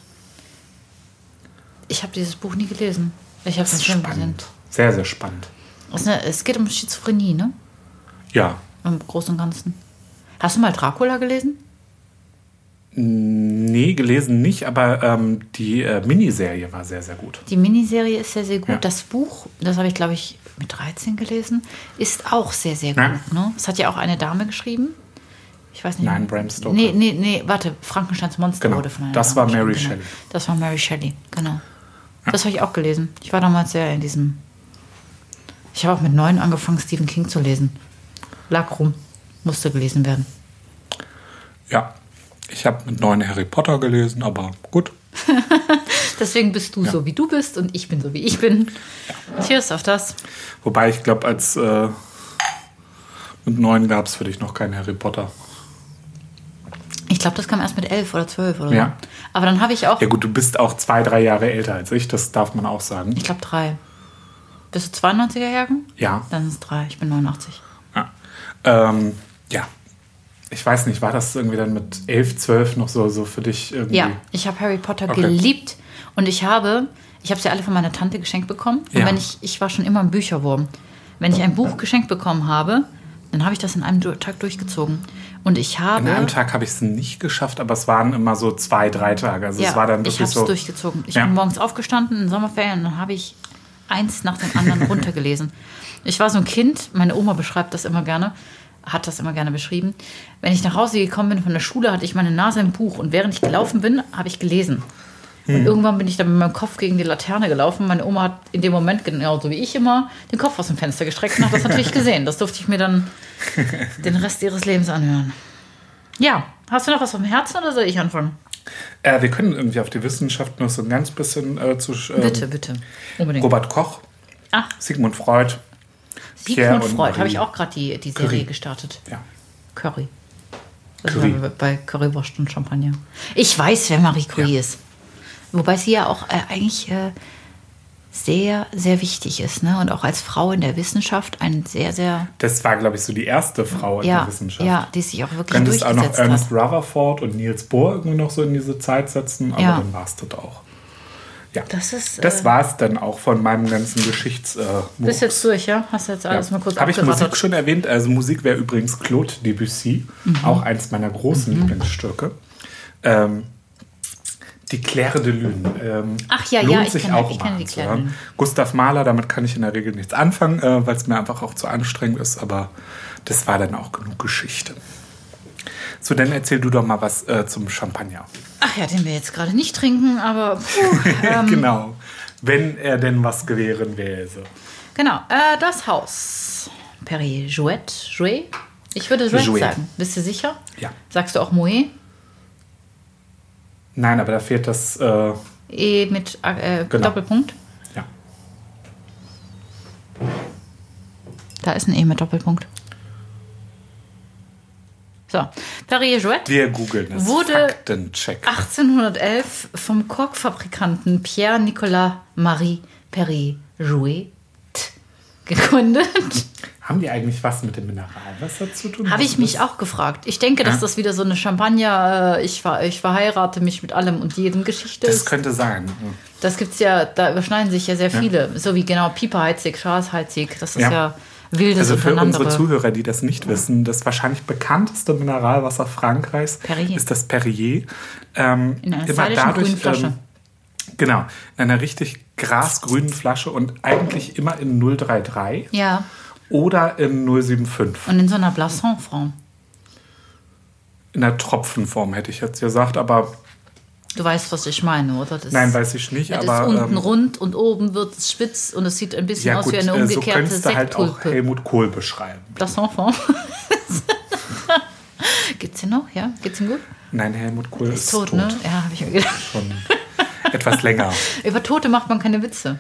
Ich habe dieses Buch nie gelesen. Ich habe Das den ist Film gesehen. spannend. Sehr, sehr spannend. Es ist eine- Es geht um Schizophrenie, ne? Ja. Im Großen und Ganzen. Hast du mal Dracula gelesen? Nee, gelesen nicht, aber ähm, die äh, Miniserie war sehr, sehr gut. Die Miniserie ist sehr, sehr gut. Ja. Das Buch, das habe ich, glaube ich, mit dreizehn gelesen, ist auch sehr, sehr Ja. gut. Ne? Es hat ja auch eine Dame geschrieben. Ich weiß nicht. Nein, Bram Stoker. Nee, nee, nee, warte. Frankensteins Monster Genau, wurde von einer das Dame war Mary geschrieben, Shelley. Genau. Das war Mary Shelley, genau. Das habe ich auch gelesen. Ich war damals sehr in diesem... Ich habe auch mit neun angefangen, Stephen King zu lesen. Lag rum. Musste gelesen werden. Ja, ich habe mit neun Harry Potter gelesen, aber gut. Deswegen bist du so, wie du bist und ich bin so, wie ich bin. Cheers auf das. Wobei ich glaube, als äh, mit neun gab es für dich noch keinen Harry Potter. Ich glaube, das kam erst mit elf oder zwölf oder so. Ja. Aber dann habe ich auch, Ja gut, du bist auch zwei, drei Jahre älter als ich, das darf man auch sagen. ich glaube, drei. Bist du zweiundneunziger Jahrgang? Ja. Dann ist es drei. Ich bin neunundachtzig. Ja. Ähm, ja. Ich weiß nicht, war das irgendwie dann mit elf, zwölf noch so, so für dich irgendwie? Ja, ich habe Harry Potter Okay. geliebt und ich habe, ich habe sie alle von meiner Tante geschenkt bekommen. Und Ja. wenn ich, ich war schon immer ein Bücherwurm. Wenn ich ein Buch geschenkt bekommen habe, dann habe ich das in einem Du- Tag durchgezogen. Und ich habe... An einem Tag habe ich es nicht geschafft, aber es waren immer so zwei, drei Tage. Also ja, es war dann ich wirklich habe es so... durchgezogen. Ich Ja. bin morgens aufgestanden in Sommerferien und dann habe ich eins nach dem anderen runtergelesen. Ich war so ein Kind, meine Oma beschreibt das immer gerne, hat das immer gerne beschrieben. Wenn ich nach Hause gekommen bin von der Schule, hatte ich meine Nase im Buch und während ich gelaufen bin, habe ich gelesen. Und irgendwann bin ich dann mit meinem Kopf gegen die Laterne gelaufen. Meine Oma hat in dem Moment, genauso wie ich immer, den Kopf aus dem Fenster gestreckt und hat das natürlich gesehen. Das durfte ich mir dann den Rest ihres Lebens anhören. Ja, hast du noch was vom Herzen oder soll ich anfangen? Äh, wir können irgendwie auf die Wissenschaft noch so ein ganz bisschen äh, zu... Ähm, Bitte, bitte. Unbedingt. Robert Koch, Ach, Sigmund Freud, Pierre Sigmund und Freud, habe Marie. ich auch gerade die, die Serie Curie. gestartet. Ja. Curry. Das Curie. war bei Currywurst und Champagner. Ich weiß, wer Marie Curie Ja. ist. Wobei sie ja auch äh, eigentlich äh, sehr, sehr wichtig ist. Ne? Und auch als Frau in der Wissenschaft ein sehr, sehr... Das war, glaube ich, so die erste Frau in Ja, der Wissenschaft. ja, die sich auch wirklich Könntest auch noch durchgesetzt Ernest hat. Rutherford und Niels Bohr irgendwie noch so in diese Zeit setzen, aber Ja. dann war es das auch. Ja, Das ist, das äh, war es dann auch von meinem ganzen Geschichts... Äh, Bist jetzt durch, ja? Hast du jetzt alles Ja. mal kurz Habe ich abgerattert? Musik schon erwähnt? Also Musik wäre übrigens Claude Debussy, Mhm. auch eins meiner großen Lieblingsstücke. Ähm, die Claire de Lune. Ähm, Ach ja, lohnt ja, ich sich kenne- auch ich mal kenne die anzuhören. Claire de Lune. Gustav Mahler, damit kann ich in der Regel nichts anfangen, äh, weil es mir einfach auch zu anstrengend ist, aber das war dann auch genug Geschichte. So, dann erzähl du doch mal was äh, zum Champagner. Ach ja, den wir jetzt gerade nicht trinken, aber puh, ähm, Genau. Wenn er denn was gewesen wäre. genau. Äh, das Haus. Perrier Jouet. Jouet? Ich würde Jouet, Jouet. sagen. Bist du sicher? Ja. Sagst du auch Moet? Nein, aber da fehlt das... Äh, E mit äh, Genau. Doppelpunkt? ja. Da ist ein E mit Doppelpunkt. So, Perrier Jouet Wir googeln es. Wurde Faktencheck. achtzehnhundertelf vom Korkfabrikanten Pierre-Nicolas Marie Perrier Jouet gegründet. Haben die eigentlich was mit dem Mineralwasser zu tun? Habe Weißt ich du mich das? auch gefragt. Ich denke, dass Ja. das wieder so eine Champagner, äh, ich, ver, ich verheirate mich mit allem und jedem Geschichte Das ist. könnte sein. Das gibt's ja, da überschneiden sich ja sehr viele. So wie genau Pieper-Heizig, Charles-Heizig. Das ist ja, Ja. wildes Also für Untereinander. unsere Zuhörer, die das nicht wissen, das wahrscheinlich bekannteste Mineralwasser Frankreichs Perrier. ist das Perrier. Ähm, In einer stylischen grünen Flasche. Ähm, genau, in einer richtig grasgrünen Flasche und eigentlich immer in null Komma dreiunddreißig Ja, oder in null Komma fünfundsiebzig. und in so einer Blasson-Form. In einer Tropfenform hätte ich jetzt gesagt, aber Du weißt, was ich meine, oder? Das nein, weiß ich nicht. das aber ist unten ähm, rund und oben wird es spitz und es sieht ein bisschen ja aus gut, wie eine äh, so umgekehrte könntest du halt auch Sekttulpe. Helmut Kohl beschreiben. Blasson-Form. Gibt's den noch? Ja? Geht's ihm gut? Nein, Helmut Kohl ist, Ist tot, ne? Ja, habe ich mir gedacht. Schon etwas länger. Über Tote macht man keine Witze.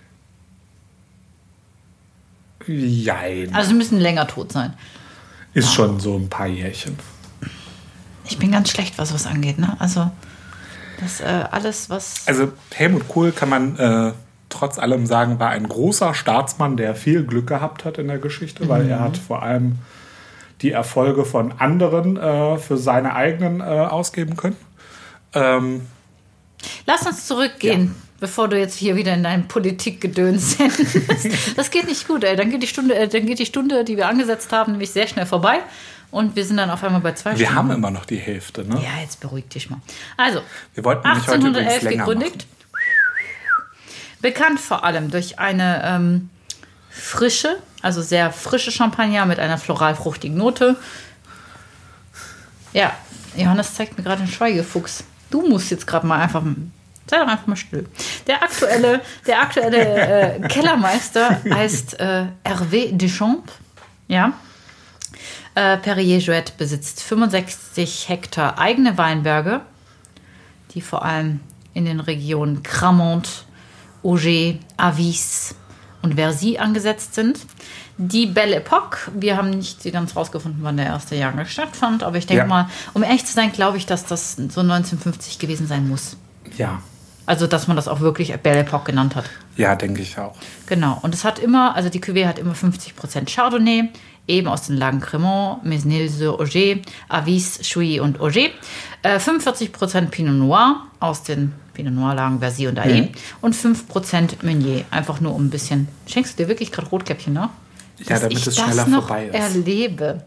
Jein. Also sie müssen länger tot sein. Ist schon so ein paar Jährchen. Ich bin ganz schlecht, was was angeht, ne? Also das äh, alles, was... Also Helmut Kohl kann man äh, trotz allem sagen, war ein großer Staatsmann, der viel Glück gehabt hat in der Geschichte, weil er hat vor allem die Erfolge von anderen äh, für seine eigenen äh, ausgeben können. Ähm, Lass uns zurückgehen, Ja. bevor du jetzt hier wieder in deinem Politikgedöns sendest. Das geht nicht gut, ey. Dann geht die Stunde, äh, dann geht die Stunde, die wir angesetzt haben, nämlich sehr schnell vorbei. Und wir sind dann auf einmal bei zwei wir Stunden. haben immer noch die Hälfte, ne? Ja, jetzt beruhig dich mal. Also, Wir wollten nämlich heute übrigens achtzehnhundertelf länger gegründet. Bekannt vor allem durch eine ähm, frische, also sehr frische Champagner mit einer floral-fruchtigen Note. Ja, Johannes zeigt mir gerade einen Schweigefuchs. Du musst jetzt gerade mal einfach... Sei doch einfach mal still. Der aktuelle, der aktuelle äh, Kellermeister heißt äh, Hervé Deschamps. Ja. Äh, Perrier Jouet besitzt fünfundsechzig Hektar eigene Weinberge, die vor allem in den Regionen Cramont, Auger, Avis und Verzy angesetzt sind. Die Belle Epoque, wir haben nicht so ganz rausgefunden, wann der erste Jahrgang stattfand, aber ich denke Ja. mal, um ehrlich zu sein, glaube ich, dass das so neunzehnhundertfünfzig gewesen sein muss. Ja, Also, dass man das auch wirklich Belle Epoque genannt hat. ja, denke ich auch. Genau. Und es hat immer, also die Cuvée hat immer fünfzig Prozent Chardonnay, eben aus den Lagen Cremant, Mesnil-sur-Auger, Avis, Chouilly und Auger. Äh, fünfundvierzig Prozent Pinot Noir aus den Pinot Noir-Lagen Verzy und Aé. Mhm. Und fünf Prozent Meunier. Einfach nur um ein bisschen. Schenkst du dir wirklich gerade Rotkäppchen nach? Ja, damit ich es das schneller noch vorbei ist. erlebe.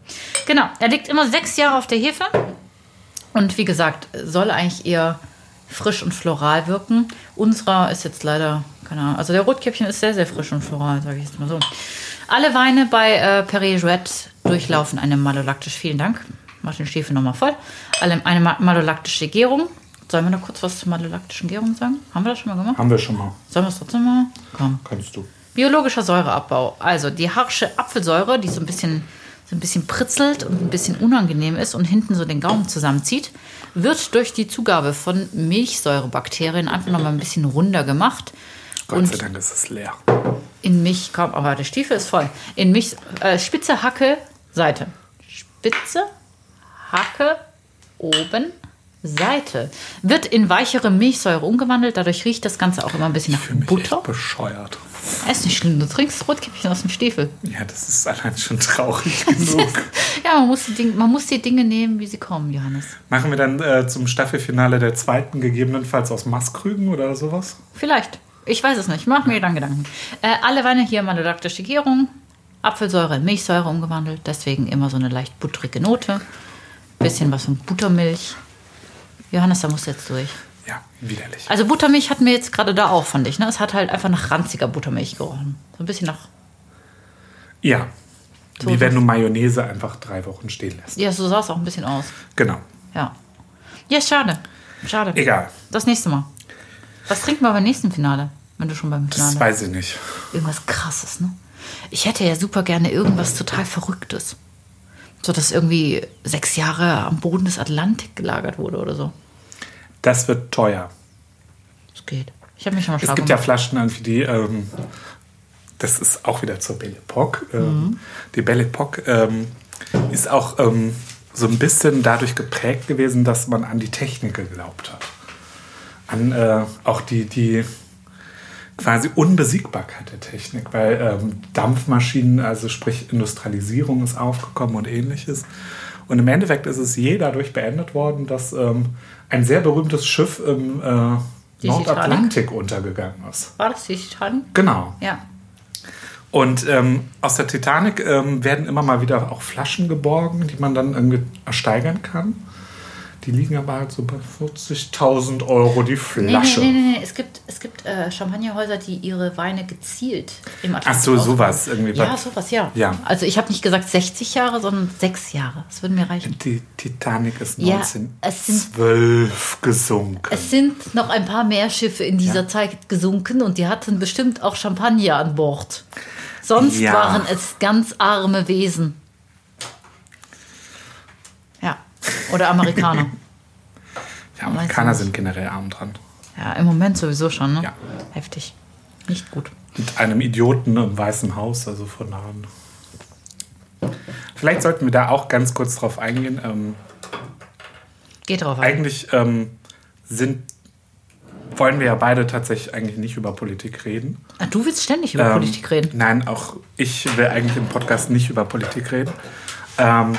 Genau, er liegt immer sechs Jahre auf der Hefe. Und wie gesagt, soll eigentlich eher frisch und floral wirken. Unserer ist jetzt leider, keine Ahnung, also der Rotkäppchen ist sehr, sehr frisch und floral, sage ich jetzt mal so. Alle Weine bei äh, Perrier Jouet durchlaufen eine malolaktische, vielen Dank, mach den Stiefel nochmal voll, alle, eine ma- malolaktische Gärung. Sollen wir noch kurz was zur malolaktischen Gärung sagen? Haben wir das schon mal gemacht? Haben wir schon mal. Sollen wir es trotzdem mal? Komm. Kannst du. Biologischer Säureabbau. Also die harsche Apfelsäure, die so ein bisschen, so ein bisschen pritzelt und ein bisschen unangenehm ist und hinten so den Gaumen zusammenzieht, wird durch die Zugabe von Milchsäurebakterien einfach nochmal ein bisschen runder gemacht. Gott und sei Dank ist es leer. in Milch, komm, aber der Stiefel ist voll. In Milch, äh, Spitze, Hacke, Seite. Spitze, Hacke, oben, Seite. Wird in weichere Milchsäure umgewandelt. Dadurch riecht das Ganze auch immer ein bisschen Ich fühle nach mich Butter. echt bescheuert. Ist nicht schlimm, du trinkst Rotkäppchen aus dem Stiefel. Ja, das ist allein schon traurig genug. Ja, man muss, die Dinge, man muss die Dinge nehmen, wie sie kommen, Johannes. Machen wir dann äh, zum Staffelfinale der zweiten gegebenenfalls aus Maßkrügen oder sowas? Vielleicht. Ich weiß es nicht. Mach mir dann Gedanken. Äh, alle Weine hier malolaktische Gärung. Apfelsäure in Milchsäure umgewandelt. Deswegen immer so eine leicht buttrige Note. Bisschen was von Buttermilch. Johannes, da musst du jetzt durch. Ja, widerlich. Also Buttermilch hatten wir jetzt gerade da auch, fand ich. Ne? Es hat halt einfach nach ranziger Buttermilch gerochen. So ein bisschen nach... Ja, So wie wenn was- du Mayonnaise einfach drei Wochen stehen lässt. Ja, so sah es auch ein bisschen aus. Genau. Ja. Ja, schade. Schade. Egal, Das nächste Mal. Was trinken wir beim nächsten Finale? Wenn du schon beim das Finale... weiß ich nicht. Irgendwas Krasses, ne? Ich hätte ja super gerne irgendwas total Verrücktes. So, dass irgendwie sechs Jahre am Boden des Atlantik gelagert wurde oder so. Das wird teuer. Das geht. Ich habe mich schon mal schlau Es gibt ja gemacht. Flaschen, irgendwie, die, ähm, das ist auch wieder zur Belle Epoque. Ähm, Mhm. Die Belle Epoque ähm, ist auch ähm, so ein bisschen dadurch geprägt gewesen, dass man an die Technik geglaubt hat. An äh, auch die, die quasi Unbesiegbarkeit der Technik, weil ähm, Dampfmaschinen, also sprich Industrialisierung ist aufgekommen und ähnliches. Und im Endeffekt ist es je dadurch beendet worden, dass ähm, ein sehr berühmtes Schiff im äh, Die Nordatlantik untergegangen ist. War das die Titanic? Genau. Ja. Und ähm, aus der Titanic ähm, werden immer mal wieder auch Flaschen geborgen, die man dann irgendwie ersteigern kann. Die liegen aber halt so bei vierzigtausend Euro die Nee, Flasche. nee, nee, nee, nee. Es gibt, es gibt äh, Champagnerhäuser, die ihre Weine gezielt im Atlantik Ach so, ausbauen. sowas irgendwie. Ja, sowas, ja. Ja. Also ich habe nicht gesagt sechzig Jahre, sondern sechs Jahre. Das würde mir reichen. Die Titanic ist Ja, es sind- neunzehnhundertzwölf gesunken. Es sind noch ein paar mehr Schiffe in dieser Ja. Zeit gesunken und die hatten bestimmt auch Champagner an Bord. Sonst Ja. waren es ganz arme Wesen. Ja. Oder Amerikaner. Ja, Amerikaner Weißt du sind generell arm dran. Ja, im Moment sowieso schon, ne? Ja. Heftig. Nicht gut. Mit einem Idioten im Weißen Haus, also von nahen. Vielleicht sollten wir da auch ganz kurz drauf eingehen. Ähm, Geht drauf ein. eigentlich ähm, sind, wollen wir ja beide tatsächlich eigentlich nicht über Politik reden. Ah, du willst ständig über Ähm, Politik reden. Nein, auch ich will eigentlich im Podcast nicht über Politik reden. Ähm,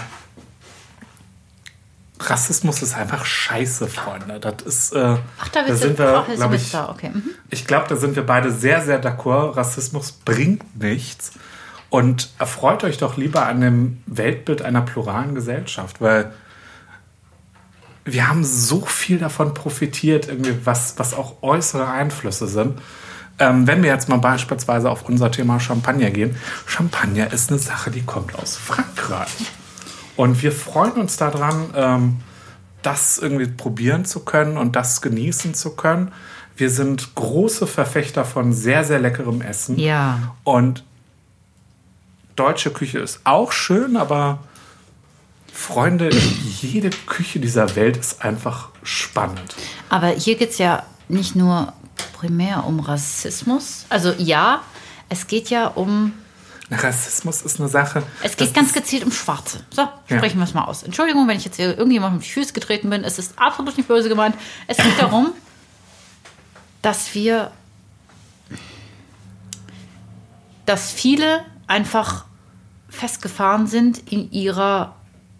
Rassismus ist einfach scheiße, Freunde. Das ist, äh, Ach, da willst sind du, wir, ach, ist glaub mit ich, da. Okay. Mhm. ich glaube, da sind wir beide sehr, sehr d'accord. Rassismus bringt nichts. Und erfreut euch doch lieber an dem Weltbild einer pluralen Gesellschaft, weil wir haben so viel davon profitiert, irgendwie was, was auch äußere Einflüsse sind. Ähm, wenn wir jetzt mal beispielsweise auf unser Thema Champagner gehen. Champagner ist eine Sache, die kommt aus Frankreich. Und wir freuen uns daran, ähm, das irgendwie probieren zu können und das genießen zu können. Wir sind große Verfechter von sehr, sehr leckerem Essen. Ja. Und deutsche Küche ist auch schön, aber Freunde, jede Küche dieser Welt ist einfach spannend. Aber hier geht es ja nicht nur primär um Rassismus. Also ja, es geht ja um... Rassismus ist eine Sache. Es geht das ganz ist- gezielt um Schwarze. So, Ja. sprechen wir es mal aus. Entschuldigung, wenn ich jetzt hier irgendjemandem auf die Füße getreten bin. Es ist absolut nicht böse gemeint. Es geht darum, dass wir... dass viele einfach festgefahren sind in ihrer...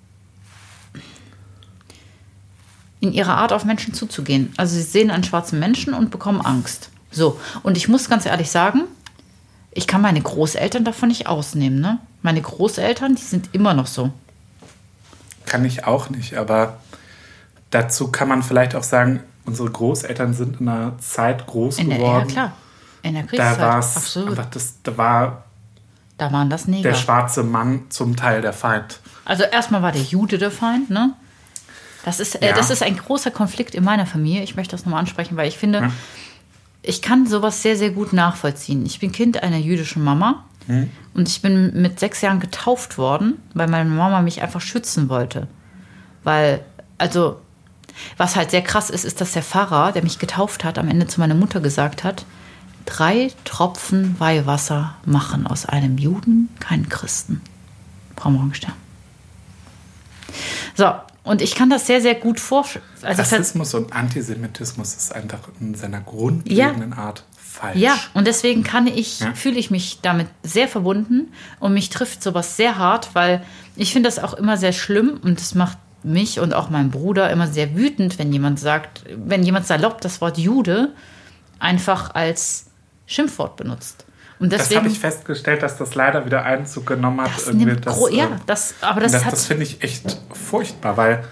in ihrer Art, auf Menschen zuzugehen. Also sie sehen einen schwarzen Menschen und bekommen Angst. So, und ich muss ganz ehrlich sagen, ich kann meine Großeltern davon nicht ausnehmen. Ne? Meine Großeltern, die sind immer noch so. kann ich auch nicht. Aber dazu kann man vielleicht auch sagen, unsere Großeltern sind in einer Zeit groß In der, geworden. ja, klar. In der Kriegszeit. Da war es Absolut. einfach, das, da war Da waren das Neger. der schwarze Mann zum Teil der Feind. Also erstmal war der Jude der Feind, ne? Das ist, äh, Ja. das ist ein großer Konflikt in meiner Familie. Ich möchte das nochmal ansprechen, weil ich finde, Ja. ich kann sowas sehr, sehr gut nachvollziehen. Ich bin Kind einer jüdischen Mama Hm. und ich bin mit sechs Jahren getauft worden, weil meine Mama mich einfach schützen wollte. Weil, also, was halt sehr krass ist, ist, dass der Pfarrer, der mich getauft hat, am Ende zu meiner Mutter gesagt hat, drei Tropfen Weihwasser machen aus einem Juden keinen Christen. Frau Morgenstern. So, und ich kann das sehr, sehr gut vorstellen. Also Rassismus und Antisemitismus ist einfach in seiner grundlegenden ja. Art falsch. Ja, und deswegen kann ich, Ja. fühle ich mich damit sehr verbunden und mich trifft sowas sehr hart, weil ich finde das auch immer sehr schlimm und das macht mich und auch meinen Bruder immer sehr wütend, wenn jemand sagt, wenn jemand salopp das Wort Jude einfach als Schimpfwort benutzt. Und Das deswegen, habe ich festgestellt, dass das leider wieder Einzug genommen hat. das irgendwie nimmt das, gro- ja, äh, das, aber das, das, hat das finde ich echt furchtbar, weil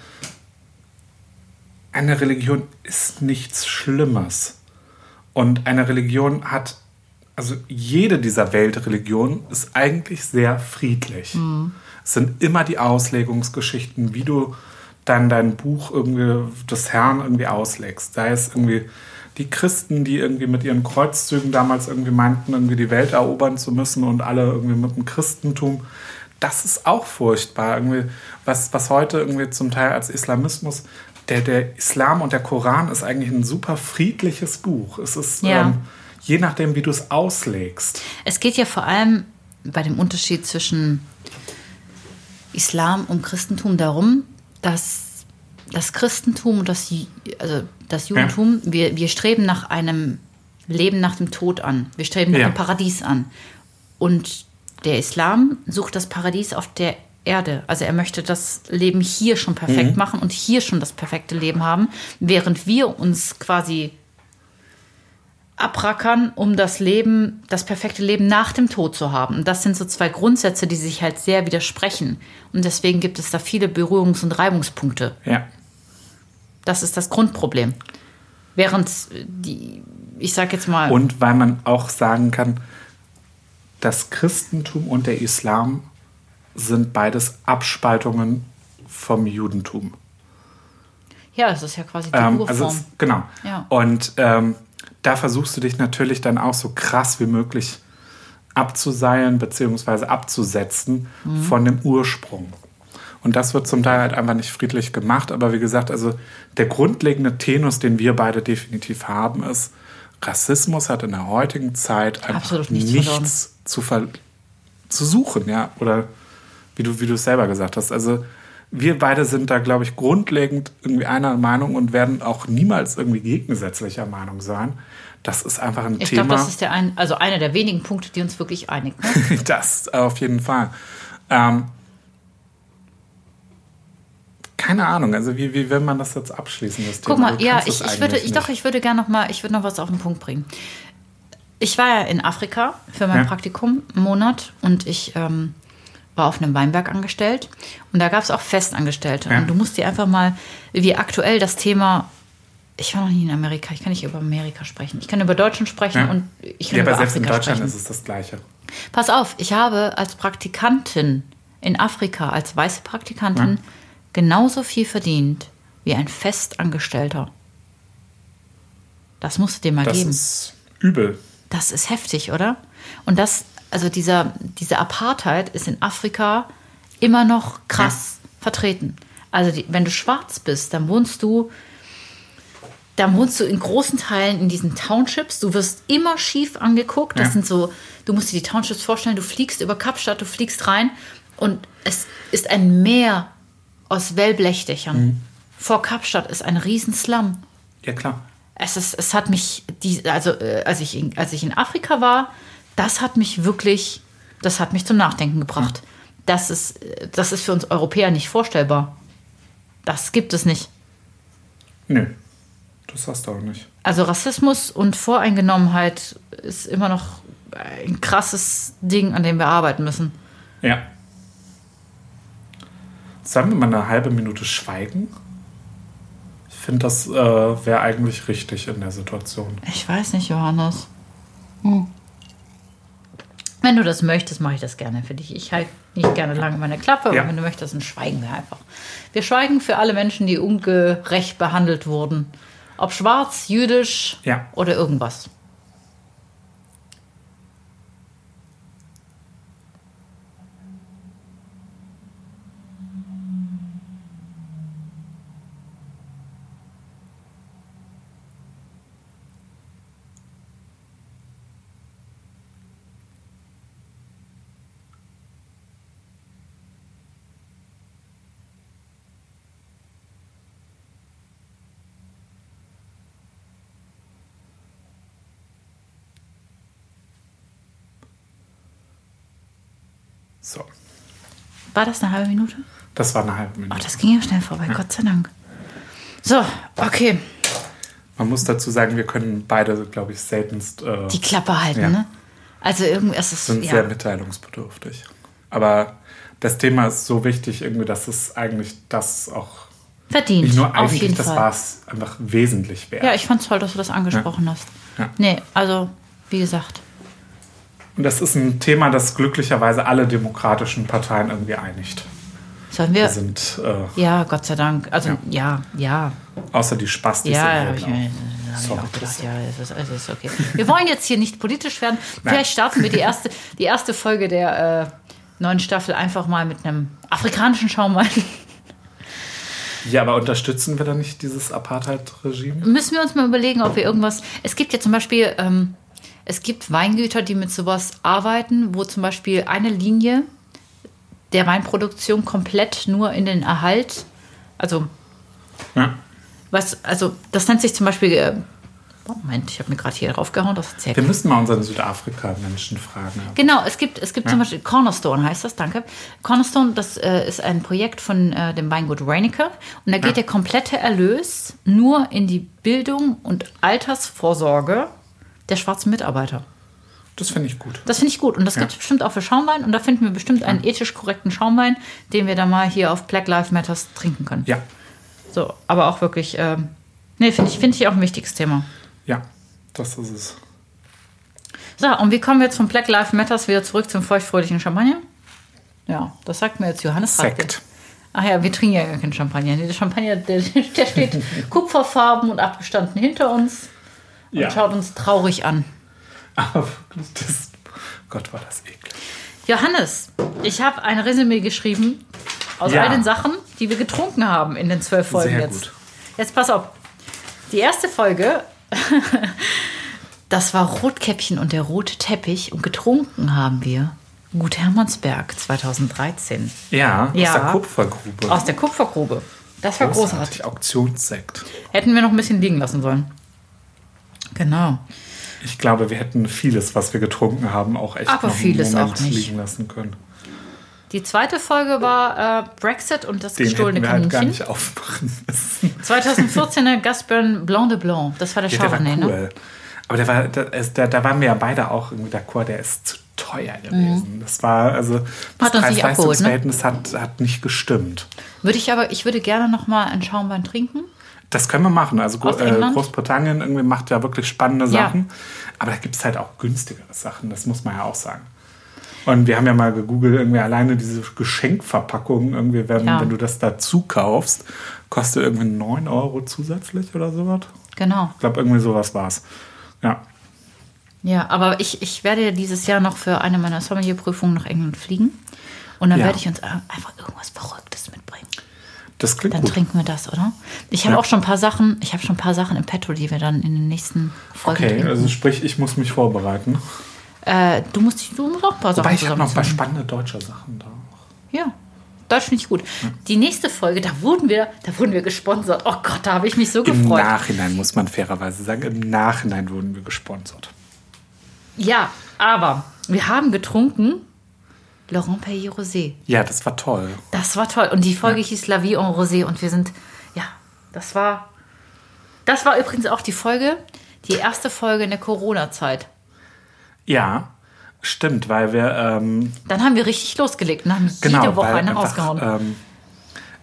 eine Religion ist nichts Schlimmes. Und eine Religion hat, also jede dieser Weltreligionen ist eigentlich sehr friedlich. Mhm. Es sind immer die Auslegungsgeschichten, wie du dann dein Buch irgendwie des Herrn irgendwie auslegst. Sei es irgendwie die Christen, die irgendwie mit ihren Kreuzzügen damals irgendwie meinten, irgendwie die Welt erobern zu müssen und alle irgendwie mit dem Christentum. Das ist auch furchtbar. Irgendwie, was, was heute irgendwie zum Teil als Islamismus, der, der Islam und der Koran ist eigentlich ein super friedliches Buch. Es ist, Ja. ähm, je nachdem, wie du es auslegst. Es geht ja vor allem bei dem Unterschied zwischen Islam und Christentum darum, dass das Christentum und das, Ju- also das Judentum, ja. wir, wir streben nach einem Leben nach dem Tod an. Wir streben nach Ja. dem Paradies an. Und der Islam sucht das Paradies auf der Erde. Also er möchte das Leben hier schon perfekt Mhm. machen und hier schon das perfekte Leben haben, während wir uns quasi abrackern, um das Leben, das perfekte Leben nach dem Tod zu haben. Und das sind so zwei Grundsätze, die sich halt sehr widersprechen. Und deswegen gibt es da viele Berührungs- und Reibungspunkte. Ja. Das ist das Grundproblem. Während die, ich sag jetzt mal... Und weil man auch sagen kann, das Christentum und der Islam sind beides Abspaltungen vom Judentum. Ja, das ist ja quasi die Ähm, Urform. also es, genau. Ja. Und ähm, da versuchst du dich natürlich dann auch so krass wie möglich abzuseilen bzw. abzusetzen Mhm. von dem Ursprung. Und das wird zum Teil halt einfach nicht friedlich gemacht. Aber wie gesagt, also der grundlegende Tenus, den wir beide definitiv haben, ist, Rassismus hat in der heutigen Zeit einfach Absolut nichts nichts zu, ver zu suchen. Ja? Oder wie du, wie du es selber gesagt hast. Also wir beide sind da, glaube ich, grundlegend irgendwie einer Meinung und werden auch niemals irgendwie gegensätzlicher Meinung sein. Das ist einfach ein Ich Thema. glaube, das ist der ein, also einer der wenigen Punkte, die uns wirklich einigen. Ne? Das auf jeden Fall. Ähm, keine Ahnung, also wie, wie will man das jetzt abschließen? Das Guck Thema? mal, Du ja, kannst ich, es ich würde, eigentlich ich, doch, nicht. ich würde gerne noch mal, ich würde noch was auf den Punkt bringen. Ich war ja in Afrika für mein Ja. Praktikum einen Monat und ich ähm, war auf einem Weinberg angestellt und da gab es auch Festangestellte. Ja. Und du musst dir einfach mal, wie aktuell das Thema, ich war noch nie in Amerika, ich kann nicht über Amerika sprechen. Ich kann über Deutschland sprechen Ja. und ich kann Ja, über aber selbst in Afrika Deutschland sprechen. ist es das Gleiche. Pass auf, ich habe als Praktikantin in Afrika, als weiße Praktikantin, Ja. genauso viel verdient wie ein Festangestellter. Das musst du dir mal Das geben. ist übel. Das ist heftig, oder? Und das, also dieser, diese Apartheid ist in Afrika immer noch krass vertreten. Also die, wenn du schwarz bist, dann wohnst du, dann wohnst du in großen Teilen in diesen Townships. Du wirst immer schief angeguckt. Das Ja. sind so, du musst dir die Townships vorstellen, du fliegst über Kapstadt, du fliegst rein und es ist ein Meer aus Wellblechdächern. Mhm. Vor Kapstadt ist ein riesen Slum. Ja, klar. Es, ist, es hat mich, die, also äh, als, ich in, als ich in Afrika war, das hat mich wirklich, das hat mich zum Nachdenken gebracht. Das ist, äh, das ist für uns Europäer nicht vorstellbar. Das gibt es nicht. Nö, das hast du auch nicht. Also Rassismus und Voreingenommenheit ist immer noch ein krasses Ding, an dem wir arbeiten müssen. Ja. Sollen wir mal eine halbe Minute schweigen? Ich finde, das äh, wäre eigentlich richtig in der Situation. Ich weiß nicht, Johannes. Hm. Wenn du das möchtest, mache ich das gerne für dich. Ich halte nicht gerne lange meine Klappe, Ja. aber wenn du möchtest, dann schweigen wir einfach. Wir schweigen für alle Menschen, die ungerecht behandelt wurden. Ob schwarz, jüdisch Ja. oder irgendwas. So, War das eine halbe Minute? das war eine halbe Oh, Minute. das ging ja schnell vorbei, Gott sei Dank. So, okay. Man muss dazu sagen, wir können beide, glaube ich, seltenst äh, Die Klappe halten, Ja. ne? Also irgendwie ist es... sind ja. sehr mitteilungsbedürftig. Aber das Thema ist so wichtig, irgendwie, dass es eigentlich das auch Verdient, nicht nur auf eigentlich, jeden das Fall. war es einfach wesentlich wert. Ja, ich fand's toll, dass du das angesprochen hast. Ja. Nee, also, wie gesagt. Und das ist ein Thema, das glücklicherweise alle demokratischen Parteien irgendwie einigt. Sollen Wir wir... sind, äh, Ja, Gott sei Dank. Also, ja, ja. außer die Spastis Ja, im habe ich Raum mir auch. hab ich Sorry. auch gedacht. Ja, es ist, es ist okay. Wir wollen jetzt hier nicht politisch werden. Vielleicht starten wir die erste, die erste Folge der äh, neuen Staffel einfach mal mit einem afrikanischen Schaumwein. Ja, aber unterstützen wir dann nicht dieses Apartheid-Regime? Müssen wir uns mal überlegen, ob wir irgendwas... Es gibt ja zum Beispiel... Ähm, es gibt Weingüter, die mit sowas arbeiten, wo zum Beispiel eine Linie der Weinproduktion komplett nur in den Erhalt... Also, Ja. was, also das nennt sich zum Beispiel... Äh, Moment, ich habe mir gerade hier draufgehauen, das erzählt. Wir müssen mal unseren Südafrika-Menschen fragen. Genau, es gibt, es gibt zum Beispiel Cornerstone, heißt das, danke. Cornerstone, das äh, ist ein Projekt von äh, dem Weingut Reinecker. Und da geht Ja. der komplette Erlös nur in die Bildung und Altersvorsorge der schwarzen Mitarbeiter. Das finde ich gut. Das finde ich gut. Und das Ja. gibt es bestimmt auch für Schaumwein. Und da finden wir bestimmt einen ethisch korrekten Schaumwein, den wir dann mal hier auf Black Lives Matters trinken können. Ja, So, aber auch wirklich, ähm, nee, finde ich, finde ich auch ein wichtiges Thema. ja, das ist es. So, und wie kommen wir jetzt von Black Lives Matters wieder zurück zum feuchtfröhlichen Champagner? Ja, das sagt mir jetzt Johannes Radke. Sekt. Ach ja, wir trinken ja gar keinen Champagner. Nee, der Champagner, der, der steht kupferfarben und abgestanden hinter uns und Ja. schaut uns traurig an. Aber wirklich, das, Gott, war das eklig. Johannes, ich habe ein Resümee geschrieben aus Ja. all den Sachen, die wir getrunken haben in den zwölf Folgen Sehr jetzt. gut. Jetzt pass auf. Die erste Folge, das war Rotkäppchen und der rote Teppich und getrunken haben wir Gut Hermannsberg zweitausenddreizehn Ja, aus Ja. der Kupfergrube. aus der Kupfergrube. Das war großartig. Großartig. Auktionssekt. Hätten wir noch ein bisschen liegen lassen sollen. Genau. Ich glaube, wir hätten vieles, was wir getrunken haben, auch echt Aber noch vieles einen Moment auch nicht. liegen lassen können. Die zweite Folge war äh, Brexit und das Den gestohlene hätten wir halt gar Kaninchen. nicht aufmachen müssen. zweitausendvierzehner Gasburn Blanc de Blanc. Das war der Ja, der war Chardonnay, ne? cool. Aber der war, der, ist- da, da waren wir ja beide auch irgendwie d'accord, der ist zu teuer gewesen. Das war, also das Mhm. Hat uns nicht abgeholt, ne? Preis-Leistungs-Verhältnis hat, hat nicht gestimmt. Würde ich aber, ich würde gerne noch mal einen Schaumwein trinken. Das können wir machen. Also Gro- Aus äh, England? Großbritannien irgendwie macht ja wirklich spannende Ja. Sachen. Aber da gibt es halt auch günstigere Sachen, das muss man ja auch sagen. Und wir haben ja mal gegoogelt, irgendwie alleine diese Geschenkverpackungen, irgendwie, wenn, Ja. wenn du das dazu kaufst, kostet irgendwie neun Euro zusätzlich oder sowas. Genau. Ich glaube, irgendwie sowas war es. Ja. Ja, aber ich, ich werde ja dieses Jahr noch für eine meiner Sommelierprüfungen nach England fliegen. Und dann Ja. werde ich uns einfach irgendwas Verrücktes mitbringen. Das klingt Dann gut. trinken wir das, oder? Ich habe Ja. auch schon ein paar Sachen, ich habe schon ein paar Sachen im Petto, die wir dann in den nächsten Folgen Okay, trinken. also sprich, ich muss mich vorbereiten. äh, du, musst, dich- du musst auch ein paar Sachen Wobei ich habe noch ein paar zusammensuchen. spannende deutsche Sachen da. Ja, Deutsch finde ich gut. Die nächste Folge, da wurden wir, da wurden wir gesponsert. Oh Gott, da habe ich mich so Im gefreut. Nachhinein muss man fairerweise sagen, im Nachhinein wurden wir gesponsert. Ja, aber wir haben getrunken Laurent Perrier Rosé. Ja, das war toll. Das war toll. Und die Folge hieß La Vie en Rosé. Und wir sind, ja, das war, das war übrigens auch die Folge, die erste Folge in der Corona-Zeit. Ja, stimmt, weil wir ähm, Dann haben wir richtig losgelegt und haben genau, jede Woche weil eine einfach, rausgehauen. Ähm,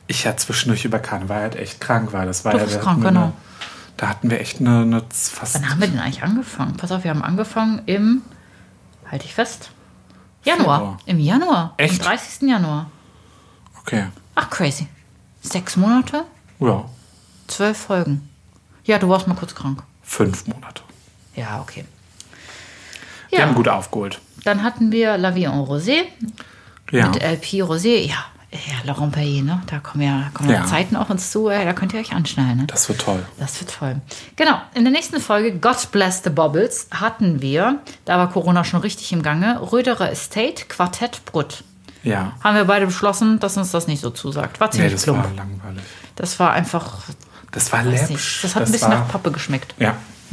ich ja zwischendurch über Karneval halt echt krank war. Das war Du ja, warst wir krank, hatten genau. Eine, da hatten wir echt eine, eine fast... Wann haben wir denn eigentlich angefangen? Pass auf, wir haben angefangen im, halte ich fest, Januar. Februar. Im Januar. Echt? Am dreißigsten Januar. Okay. Ach, crazy. Sechs Monate, Ja, zwölf Folgen. Ja, du warst mal kurz krank. fünf Monate. Ja, okay. Wir Ja, haben gut aufgeholt. dann hatten wir La Vie en Rosé Ja. mit L P Rosé. Ja, ja, Laurent Perrier, ne? Da kommen ja, kommen ja Ja. Zeiten auf uns zu. Ey, da könnt ihr euch anschnallen, ne? Das wird toll. Das wird toll. Genau, in der nächsten Folge God Bless the Bobbles hatten wir, da war Corona schon richtig im Gange, Röderer Estate, Quartett Brutt. Ja. Haben wir beide beschlossen, dass uns das nicht so zusagt. War Nee, ziemlich das plump. war langweilig. Das war einfach, Das war weiß läppsch. nicht, das hat ein bisschen war, nach Pappe geschmeckt. Ja.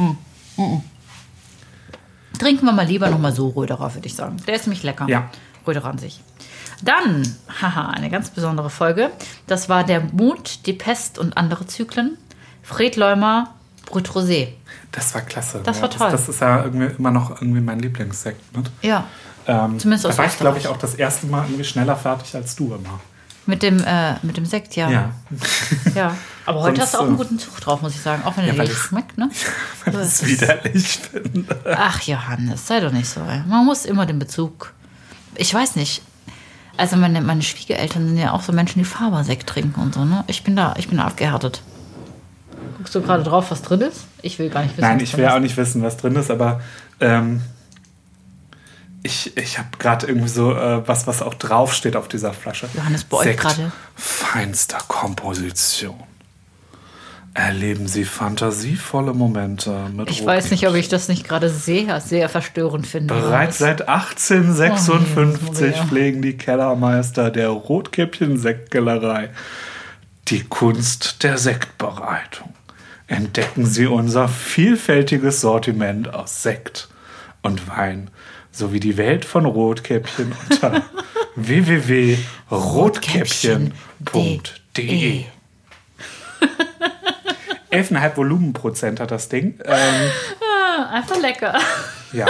Trinken wir mal lieber nochmal so Röderer, würde ich sagen. Der ist nämlich lecker. Ja. Röderer an sich. Dann, haha, eine ganz besondere Folge. Das war der Mond, die Pest und andere Zyklen. Fred Leumer, Brut Rosé. Das war klasse. Das ja, war toll. Das, das ist ja irgendwie immer noch irgendwie mein Lieblingssekt. Ne? Ja, Ähm, Zumindest aus da war ich, glaube ich, Österreich. auch das erste Mal irgendwie schneller fertig als du immer. mit dem, äh, mit dem Sekt, ja. Ja. Ja. Aber heute Sonst, hast du auch einen äh, guten Zug drauf, muss ich sagen. Auch wenn er Ja, dir weil nicht es- schmeckt, ne? Weil So, ich es es ist- widerlich finde. Ach, Johannes, sei doch nicht so. Ey. Man muss immer den Bezug. Ich weiß nicht. Also meine, meine Schwiegereltern sind ja auch so Menschen, die Fabersekt trinken und so, ne? Ich bin da, ich bin da abgehärtet. Guckst du gerade drauf, was drin ist? Ich will gar nicht wissen. Nein, was ich drin will ist. auch nicht wissen, was drin ist, aber ähm, ich, ich habe gerade irgendwie so äh, was, was auch draufsteht auf dieser Flasche. Johannes, bei euch Sekt gerade? feinster Komposition. Erleben Sie fantasievolle Momente mit Ich weiß nicht, ob ich Rotkäppchen. das nicht gerade sehr, sehr verstörend finde. Bereits seit Oh, achtzehnhundertsechsundfünfzig Jesus Maria. pflegen die Kellermeister der Rotkäppchen-Sektkellerei die Kunst der Sektbereitung. Entdecken Sie unser vielfältiges Sortiment aus Sekt und Wein sowie die Welt von Rotkäppchen unter w w w punkt rotkäppchen punkt de. elf Komma fünf Volumenprozent hat das Ding. Ähm, Einfach lecker. ja.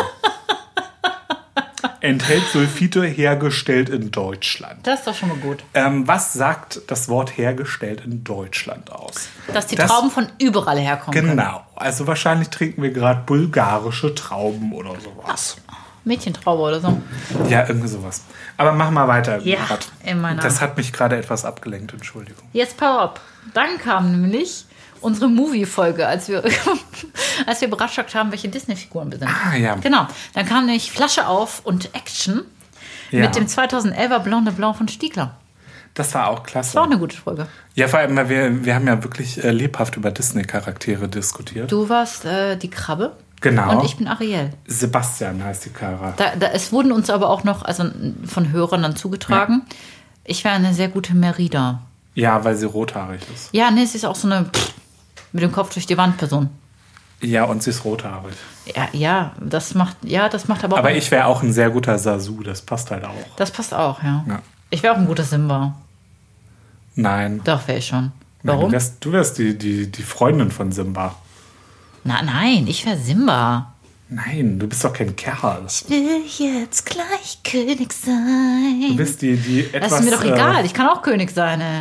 Enthält Sulfite, hergestellt in Deutschland. Das ist doch schon mal gut. Ähm, was sagt das Wort hergestellt in Deutschland aus? Dass die Das- Trauben von überall herkommen können. Genau. Also wahrscheinlich trinken wir gerade bulgarische Trauben oder sowas. Mädchentraube oder so. Ja, irgendwie sowas. Aber mach mal weiter. Ja, Kat. in meiner- Das hat mich gerade etwas abgelenkt, Entschuldigung. Jetzt Power Up. Dann kam nämlich unsere Movie-Folge, als wir, als wir beratschlagt haben, welche Disney-Figuren wir sind. Ah, ja. Genau. Dann kam nämlich Flasche auf und Action Ja. mit dem zweitausendelfer Blanc de Blanc von Stiegler. Das war auch klasse. Das war auch eine gute Folge. Ja, vor allem, weil wir, wir haben ja wirklich äh, lebhaft über Disney-Charaktere diskutiert. Du warst äh, die Krabbe. Genau. Und ich bin Ariel. Sebastian heißt die Kara. Da, da, es wurden uns aber auch noch also von Hörern dann zugetragen. Ich wäre eine sehr gute Merida. Ja, weil sie rothaarig ist. Ja, nee, sie ist auch so eine pff, mit dem Kopf durch die Wand Person. Ja, und sie ist rothaarig. Ja, ja, das macht, ja, das macht aber auch. Aber ich wäre auch ein sehr guter Sasu, das passt halt auch. Das passt auch, ja. Ja. Ich wäre auch ein guter Simba. Nein. Doch, wäre ich schon. Nein, Warum? du wärst, du wärst die, die, die Freundin von Simba. Na, nein, ich wäre Simba. Nein, du bist doch kein Kerl. Will jetzt gleich König sein. Du bist die, die etwas... Das ist mir doch äh, egal, ich kann auch König sein. Ey.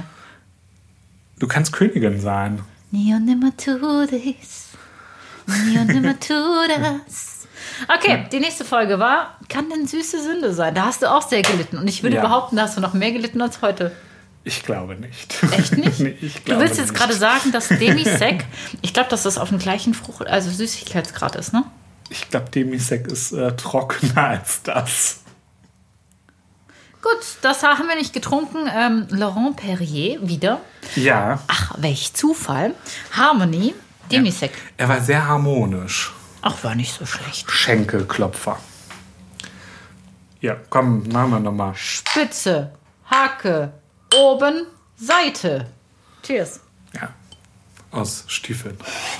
Du kannst Königin sein. Nie und nimmer tu dies. Nie und nimmer tu das. Okay, die nächste Folge war, kann denn süße Sünde sein? Da hast du auch sehr gelitten. Und ich würde Ja. behaupten, da hast du noch mehr gelitten als heute. Ich glaube nicht. Echt nicht? Nee, ich Du glaube willst jetzt nicht. gerade sagen, dass Demisec, ich glaube, dass das auf dem gleichen Frucht, also Süßigkeitsgrad ist, ne? Ich glaube, Demisec ist äh, trockener als das. Gut, das haben wir nicht getrunken. Ähm, Laurent Perrier wieder. Ja, Ach, welch Zufall. Harmony, Demisec. er war sehr harmonisch. Ach, war nicht so schlecht. Schenkelklopfer. Ja, komm, machen wir nochmal. Spitze, Hake, oben, Seite. Cheers. Ja, aus Stiefeln.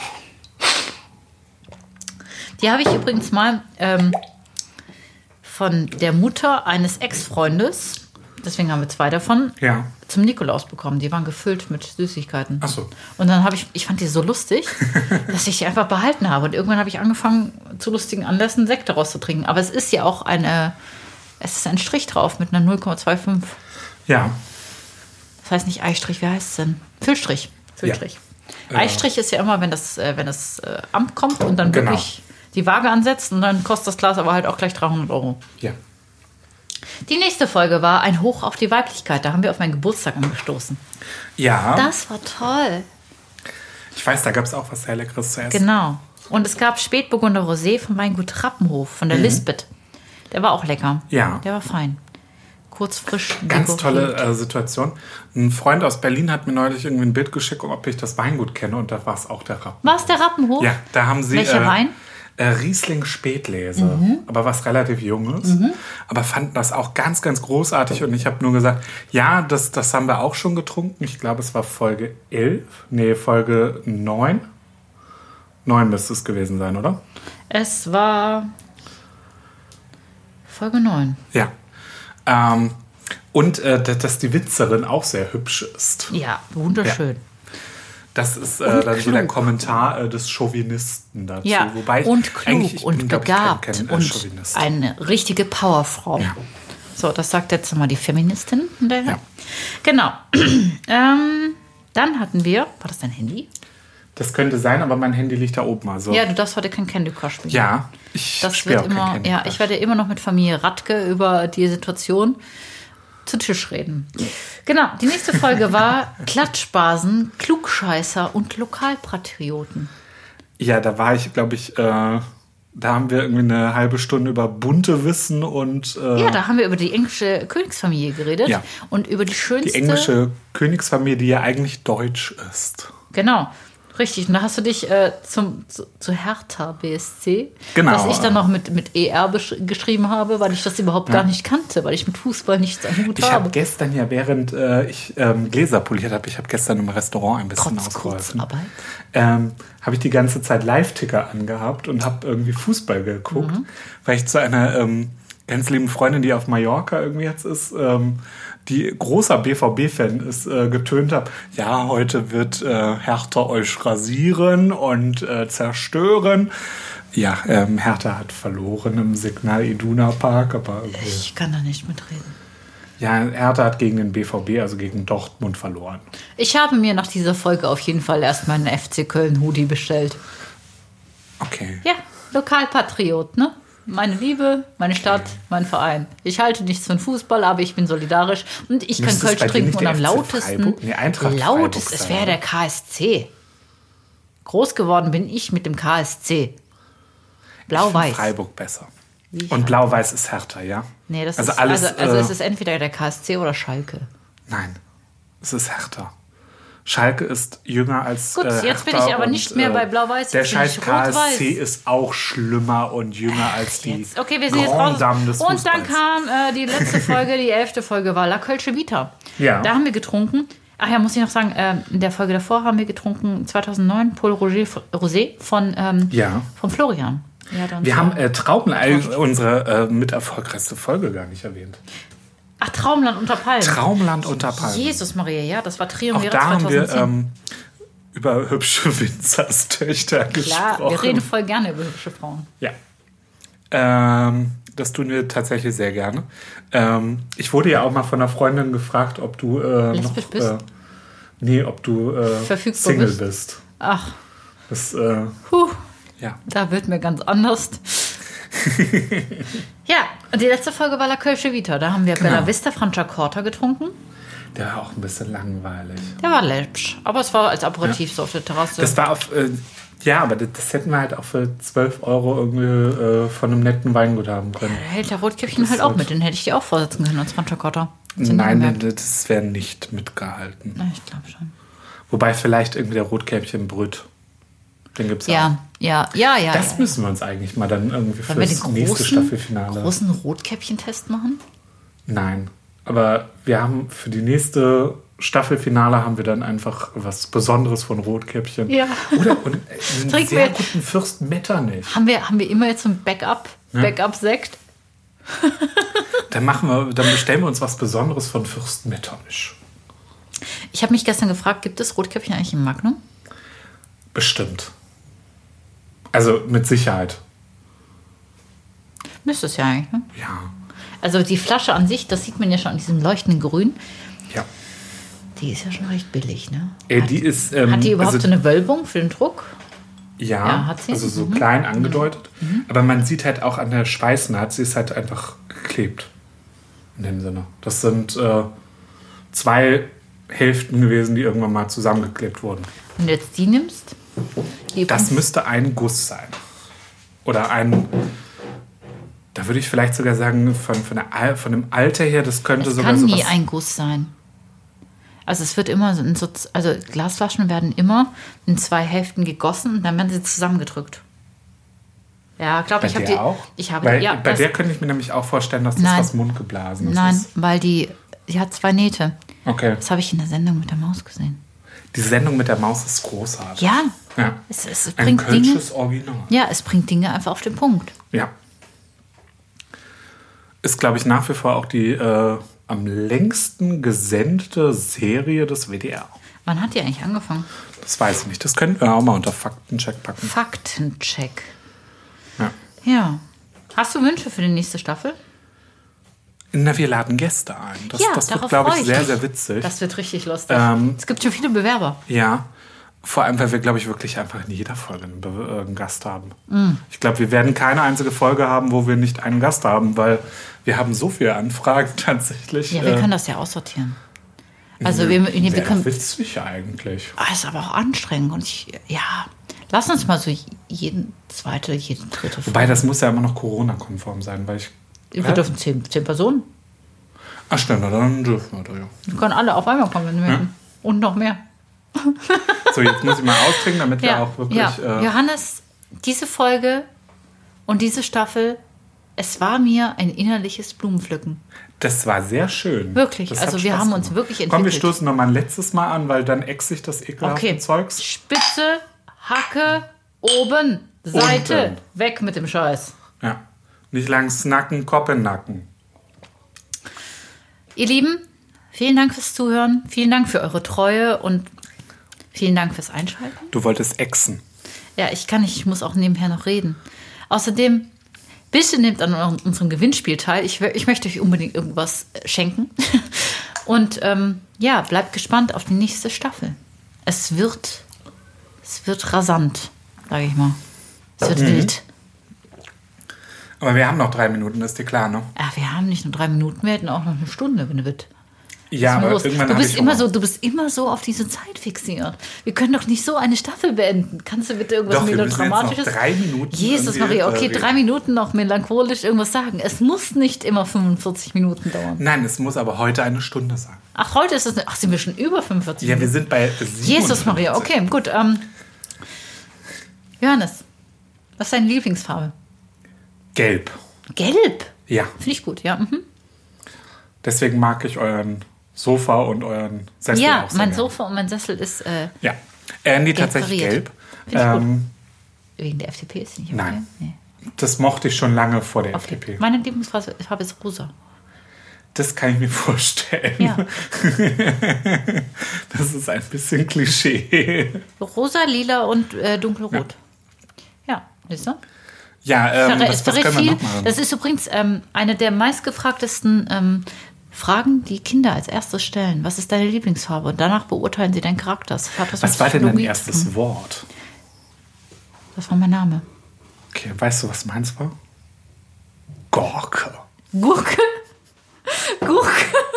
Die habe ich übrigens mal ähm, von der Mutter eines Ex-Freundes, deswegen haben wir zwei davon, Ja. zum Nikolaus bekommen. Die waren gefüllt mit Süßigkeiten. Ach so. Und dann habe ich, ich fand die so lustig, dass ich die einfach behalten habe. Und irgendwann habe ich angefangen, zu lustigen Anlässen Sekt daraus zu trinken. Aber es ist ja auch eine, es ist ein Strich drauf mit einer null Komma fünfundzwanzig. Ja, Das heißt nicht Eistrich, wie heißt es denn? Füllstrich. Füllstrich. Ja. Eistrich ist ja immer, wenn das, äh, wenn das äh, Amt kommt und dann Genau. wirklich die Waage ansetzt und dann kostet das Glas aber halt auch gleich dreihundert Euro. Ja. Die nächste Folge war ein Hoch auf die Weiblichkeit. Da haben wir auf meinen Geburtstag angestoßen. Ja. Das war toll. Ich weiß, da gab es auch was sehr Leckeres zu essen. Genau. Und es gab Spätburgunder Rosé von Weingut Rappenhof, von der mhm. Lisbeth. Der war auch lecker. Ja. Der war fein. Kurz, frisch. Ganz tolle äh, Situation. Ein Freund aus Berlin hat mir neulich irgendwie ein Bild geschickt, ob ich das Weingut kenne. Und da war es auch der Rappenhof. War es der Rappenhof? Ja, da haben sie... Welcher äh, Wein? Äh, Riesling Spätlese. Mhm. Aber was relativ Junges. Mhm. Aber fanden das auch ganz, ganz großartig. Und ich habe nur gesagt, ja, das, das haben wir auch schon getrunken. Ich glaube, es war Folge elf. Nee, Folge neun. neun müsste es gewesen sein, oder? Es war Folge neun. Ja. Ähm, und äh, dass die Witzerin auch sehr hübsch ist. Ja, wunderschön. Ja. Das ist äh, dann so der Kommentar äh, des Chauvinisten dazu. Ja, Wobei ich, und klug eigentlich, ich und bin, glaub ich, begabt kein, kein, äh, und Chauvinist. eine richtige Powerfrau. Ja. So, das sagt jetzt mal die Feministin. Ja. Genau. ähm, dann hatten wir, war das dein Handy? Das könnte sein, aber mein Handy liegt da oben. Also. Ja, du darfst heute kein Candy Crush spielen. Ja, ich das spiele wird auch kein immer, Candy ja, Crush. ich werde immer noch mit Familie Radke über die Situation zu Tisch reden. Genau, die nächste Folge war Klatschbasen, Klugscheißer und Lokalpatrioten. Ja, da war ich, glaube ich, äh, da haben wir irgendwie eine halbe Stunde über bunte Wissen und... Äh, Ja, da haben wir über die englische Königsfamilie geredet Ja. und über die schönste... die englische Königsfamilie, die ja eigentlich deutsch ist. Genau, richtig. Und da hast du dich äh, zum, zu, zu Hertha B S C, Genau. das ich dann noch mit, mit E R besch- geschrieben habe, weil ich das überhaupt Ja. gar nicht kannte, weil ich mit Fußball nichts am Hut Ich habe habe. gestern ja, während äh, ich ähm, Gläser poliert habe, ich habe gestern im Restaurant ein bisschen Trotz ausgeholfen. Kurzarbeit. Ähm, habe ich die ganze Zeit Live-Ticker angehabt und habe irgendwie Fußball geguckt, Mhm. weil ich zu einer ähm, ganz lieben Freundin, die auf Mallorca irgendwie jetzt ist, ähm, die großer B V B-Fan ist, äh, getönt habe, ja, heute wird äh, Hertha euch rasieren und äh, zerstören. Ja, ähm, Hertha hat verloren im Signal Iduna Park, aber irgendwie, Ich kann da nicht mitreden. ja, Hertha hat gegen den B V B, also gegen Dortmund, verloren. Ich habe mir nach dieser Folge auf jeden Fall erst meinen F C Köln-Hoodie bestellt. Okay. Ja, Lokalpatriot, ne? Meine Liebe, meine Stadt, mein Verein. Ich halte nichts von Fußball, aber ich bin solidarisch und ich kann Müsste es Kölsch bei dir trinken nicht und der am F C lautesten, Freiburg? Nee, Eintracht lautest, Freiburg es sein, wäre oder? der K S C. Groß geworden bin ich mit dem K S C. Ich finde Blau-Weiß. Freiburg besser. Wie Und Schalke. Blau-Weiß ist härter, ja? Nee, das also ist, alles, also, also äh, es ist entweder der K S C oder Schalke. Nein, es ist härter. Schalke ist jünger als Gut, äh, jetzt bin Hertha ich aber und, nicht mehr äh, bei Blau-Weiß, Der jetzt bin ich scheiß K S C Rot-Weiß. ist auch schlimmer und jünger als die Jetzt. Okay, wir sind jetzt Grand raus. Dame des Und dann Fußballs. kam äh, die letzte Folge, die elfte Folge war La Kölsche Vita. Ja. Da haben wir getrunken. Ach ja, muss ich noch sagen, äh, in der Folge davor haben wir getrunken zweitausendneun Paul Roger, Rosé von, ähm, Ja. von Florian. Ja, dann Wir so. haben äh, Traubenei, unsere äh, mit erfolgreichste Folge gar nicht erwähnt. Ach, Traumland unter Palmen. Traumland unter Palmen. Jesus Maria, ja, das war Auch Triumvirat da haben wir zweitausendzehn. ähm, über hübsche Winzerstöchter Klar, gesprochen. wir reden voll gerne über hübsche Frauen. Ja. Ähm, das tun wir tatsächlich sehr gerne. Ähm, ich wurde ja auch mal von einer Freundin gefragt, ob du äh, noch... Lesbisch bist? Äh, nee, ob du äh, Verfügbar Single bist? bist. Ach, Das, äh, puh, ja. da wird mir ganz anders. Ja, und die letzte Folge war La Kölsche Vita. Da haben wir Genau. Bella Vista Franciacorta getrunken. Der war auch ein bisschen langweilig. Der war läppsch, aber es war als Aperitif so auf der Terrasse. Das war auf... Äh, ja, aber das, das hätten wir halt auch für zwölf Euro irgendwie äh, von einem netten Weingut haben können. Da hält der Rotkäppchen Das halt ist auch halt- mit. Den hätte ich dir auch vorsetzen können als Franciacorta. Nein, das wäre nicht mitgehalten. Na, ich glaube schon. Wobei vielleicht irgendwie der Rotkäppchen Brüt. Den gibt's auch. Ja, ja, ja, ja. Das ja. müssen wir uns eigentlich mal dann irgendwie Wollen wir fürs den nächste großen, Staffelfinale. großen Rotkäppchen-Test machen? Nein. Aber wir haben für die nächste Staffelfinale haben wir dann einfach was Besonderes von Rotkäppchen. Ja. Oder und einen Trinken sehr wir- guten Fürst Metternich. Haben wir, haben wir immer jetzt so ein Backup? Ja. Backup-Sekt? Dann machen wir, dann bestellen wir uns was Besonderes von Fürst Metternich. Ich habe mich gestern gefragt, gibt es Rotkäppchen eigentlich im Magnum? Bestimmt. Also mit Sicherheit. Müsste es ja eigentlich, ne? Ja. Also die Flasche an sich, das sieht man ja schon an diesem leuchtenden Grün. Ja. Die ist ja schon recht billig, ne? Äh, hat, die ist, ähm, hat die überhaupt also, so eine Wölbung für den Druck? Ja, Ja, hat sie? also so Mhm. klein angedeutet. Mhm. Aber man sieht halt auch an der Schweißnaht, sie ist halt einfach geklebt. In dem Sinne. Das sind äh, zwei Hälften gewesen, die irgendwann mal zusammengeklebt wurden. Wenn du jetzt die nimmst? Die Das müsste ein Guss sein. Oder ein, da würde ich vielleicht sogar sagen, von, von, der, von dem Alter her, das könnte es sogar kann so nie was... ein Guss sein. Also es wird immer so, in so, also Glasflaschen werden immer in zwei Hälften gegossen und dann werden sie zusammengedrückt. Ja, glaube Bei ich habe der die. auch? Ich habe Weil, die, ja, bei das, der könnte ich mir nämlich auch vorstellen, dass das Nein. was mundgeblasenes nein, ist. weil die, die hat zwei Nähte. Okay. Das habe ich in der Sendung mit der Maus gesehen. Die Sendung mit der Maus ist großartig. Ja, Ja. es, es, es Ein bringt Dinge. kölsches Original. Ja, es bringt Dinge einfach auf den Punkt. Ja. Ist, glaube ich, nach wie vor auch die äh, am längsten gesendete Serie des W D R. Wann hat die eigentlich angefangen? Das weiß ich nicht. Das könnten wir auch mal unter Faktencheck packen. Faktencheck. Ja. Ja. Hast du Wünsche für die nächste Staffel? Na, wir laden Gäste ein. Das, ja, das wird, darauf glaube freue ich, sehr, mich. sehr witzig. Das wird richtig lustig. Ähm, es gibt schon viele Bewerber. Ja. Vor allem, weil wir, glaube ich, wirklich einfach in jeder Folge einen, Be- äh, einen Gast haben. Mm. Ich glaube, wir werden keine einzige Folge haben, wo wir nicht einen Gast haben, weil wir haben so viele Anfragen tatsächlich. Ja, wir äh, können das ja aussortieren. Also wir, wir, wir Wäre können. witzig eigentlich. Ah, ist aber auch anstrengend. Und ich, ja, lass uns mal so jeden zweite, jeden dritte. Wobei, das muss ja immer noch Corona-konform sein, weil ich... Wir Ja? dürfen zehn, zehn Personen. Ach, stimmt, na, dann dürfen wir da, ja. Wir können alle auf einmal kommen, wenn wir Ja. möchten. Und noch mehr. So, jetzt muss ich mal austrinken, damit wir Ja, auch wirklich... ja. Äh, Johannes, diese Folge und diese Staffel, es war mir ein innerliches Blumenpflücken. das war sehr schön. Wirklich, Das hat also wir Spaß haben uns gemacht. wirklich Komm, wir entwickelt. stoßen noch mal ein letztes Mal an, weil dann ex sich das ekelhafte Okay, Zeugs. Spitze, Hacke, oben, Seite, Unten. weg mit dem Scheiß. Ja. Nicht lang snacken, Koppennacken. Ihr Lieben, vielen Dank fürs Zuhören, vielen Dank für eure Treue und vielen Dank fürs Einschalten. Du wolltest exen. Ja, ich kann nicht, ich muss auch nebenher noch reden. Außerdem, bitte nehmt an unserem Gewinnspiel teil. Ich, ich möchte euch unbedingt irgendwas schenken. Und ähm, ja, bleibt gespannt auf die nächste Staffel. Es wird, es wird rasant, sage ich mal. Es wird Mhm. wild. Aber wir haben noch drei Minuten, das ist dir klar, ne? Ja, wir haben nicht nur drei Minuten, wir hätten auch noch eine Stunde, wenn du willst. Ja, aber Los. irgendwann Du habe bist ich immer Hunger. so, du bist immer so auf diese Zeit fixiert. Wir können doch nicht so eine Staffel beenden. Kannst du bitte irgendwas Doch, wir müssen jetzt noch Melodramatisches? drei Minuten Jesus irgendwie, Maria, okay, äh, drei reden. Minuten noch melancholisch irgendwas sagen. Es muss nicht immer fünfundvierzig Minuten dauern. Nein, es muss aber heute eine Stunde sein. Ach, heute ist es. Ach, sind wir schon über fünfundvierzig Ja, wir Minuten? sind bei Jesus siebenundfünfzig. Maria, okay, gut. Ähm, Johannes, was ist deine Lieblingsfarbe? Gelb. Gelb. Ja, Finde ich gut, ja. Mhm. deswegen mag ich euren Sofa und euren Sessel Ja, auch sehr mein gerne. Sofa und mein Sessel ist äh, Ja, äh, nee, Gelb tatsächlich kariert. gelb. Finde ich gut. Ähm, wegen der F D P, ist die nicht okay? Nein. Nee. das mochte ich schon lange vor der Okay. F D P. Meine Lieblingsfarbe ist rosa. Das kann ich mir vorstellen. Ja. Das ist ein bisschen Klischee. Rosa, lila und äh, dunkelrot. Ja, siehst du? Ja, ähm, Verrä- was, es was verrät können wir viel. noch machen? Das ist übrigens ähm, eine der meistgefragtesten ähm, Fragen, die Kinder als erstes stellen. Was ist deine Lieblingsfarbe? Und danach beurteilen sie deinen Charakter. Das hat was Was mit war denn dein Psychologie zu erstes tun. Wort? Das war mein Name. Okay, weißt du, was meins war? Gorke. Gurke. Gurke.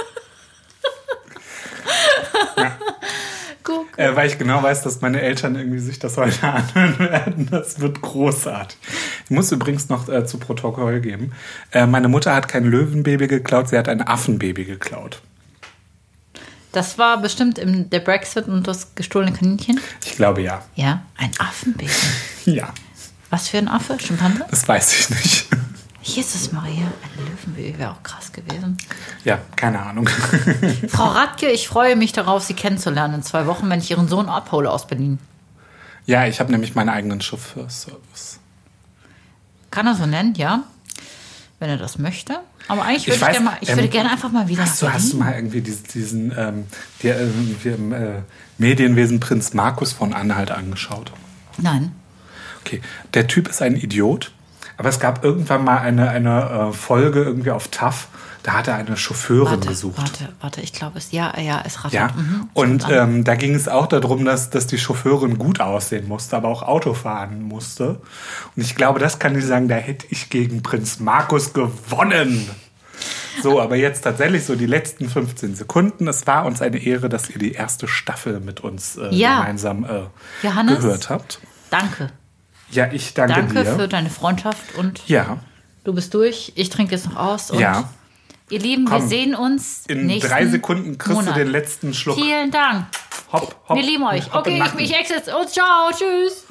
Gurke. Äh, weil ich genau weiß, dass meine Eltern irgendwie sich das heute anhören werden. Das wird großartig. Ich muss übrigens noch äh, zu Protokoll geben. Äh, meine Mutter hat kein Löwenbaby geklaut, sie hat ein Affenbaby geklaut. Das war bestimmt im, der Brexit und das gestohlene Kaninchen. Ich glaube ja. Ja, ein Affenbaby. Ja, Was für ein Affe? Schimpanse? das weiß ich nicht. Jesus Maria, ein Löwenbaby wäre auch krass gewesen. Ja, keine Ahnung. Frau Radke, ich freue mich darauf, Sie kennenzulernen in zwei Wochen, wenn ich Ihren Sohn abhole aus Berlin. Ja, ich habe nämlich meinen eigenen Chauffeurservice. Kann er so nennen, ja. Wenn er das möchte. Aber eigentlich würde Ich ich, weiß, gerne, mal, ich würde ähm, gerne einfach mal wieder Hast du, nach hast du Berlin. mal irgendwie diesen, diesen ähm, der, äh, wir im äh, Medienwesen Prinz Markus von Anhalt angeschaut? Nein. Okay, der Typ ist ein Idiot, aber es gab irgendwann mal eine, eine äh, Folge irgendwie auf T A F, Da hat er eine Chauffeurin Warte, gesucht. warte, warte, ich glaube es. Ja, ja, es rattert. Ja, Mhm. und ähm, da ging es auch darum, dass, dass die Chauffeurin gut aussehen musste, aber auch Auto fahren musste. Und ich glaube, das kann ich sagen, da hätte ich gegen Prinz Markus gewonnen. So, aber jetzt tatsächlich so die letzten fünfzehn Sekunden. Es war uns eine Ehre, dass ihr die erste Staffel mit uns äh, Ja. gemeinsam äh, Johannes, gehört habt. Danke. Ja, ich danke, Danke dir. für deine Freundschaft und Ja, du bist durch. Ich trinke jetzt noch aus. Und ja. ihr Lieben, Komm, wir sehen uns In nächsten drei Sekunden kriegst Monat. du den letzten Schluck. Vielen Dank. Hopp, hopp. Wir lieben euch. Hopp im Okay, ich, Nacken. ich exit. Und ciao, tschüss.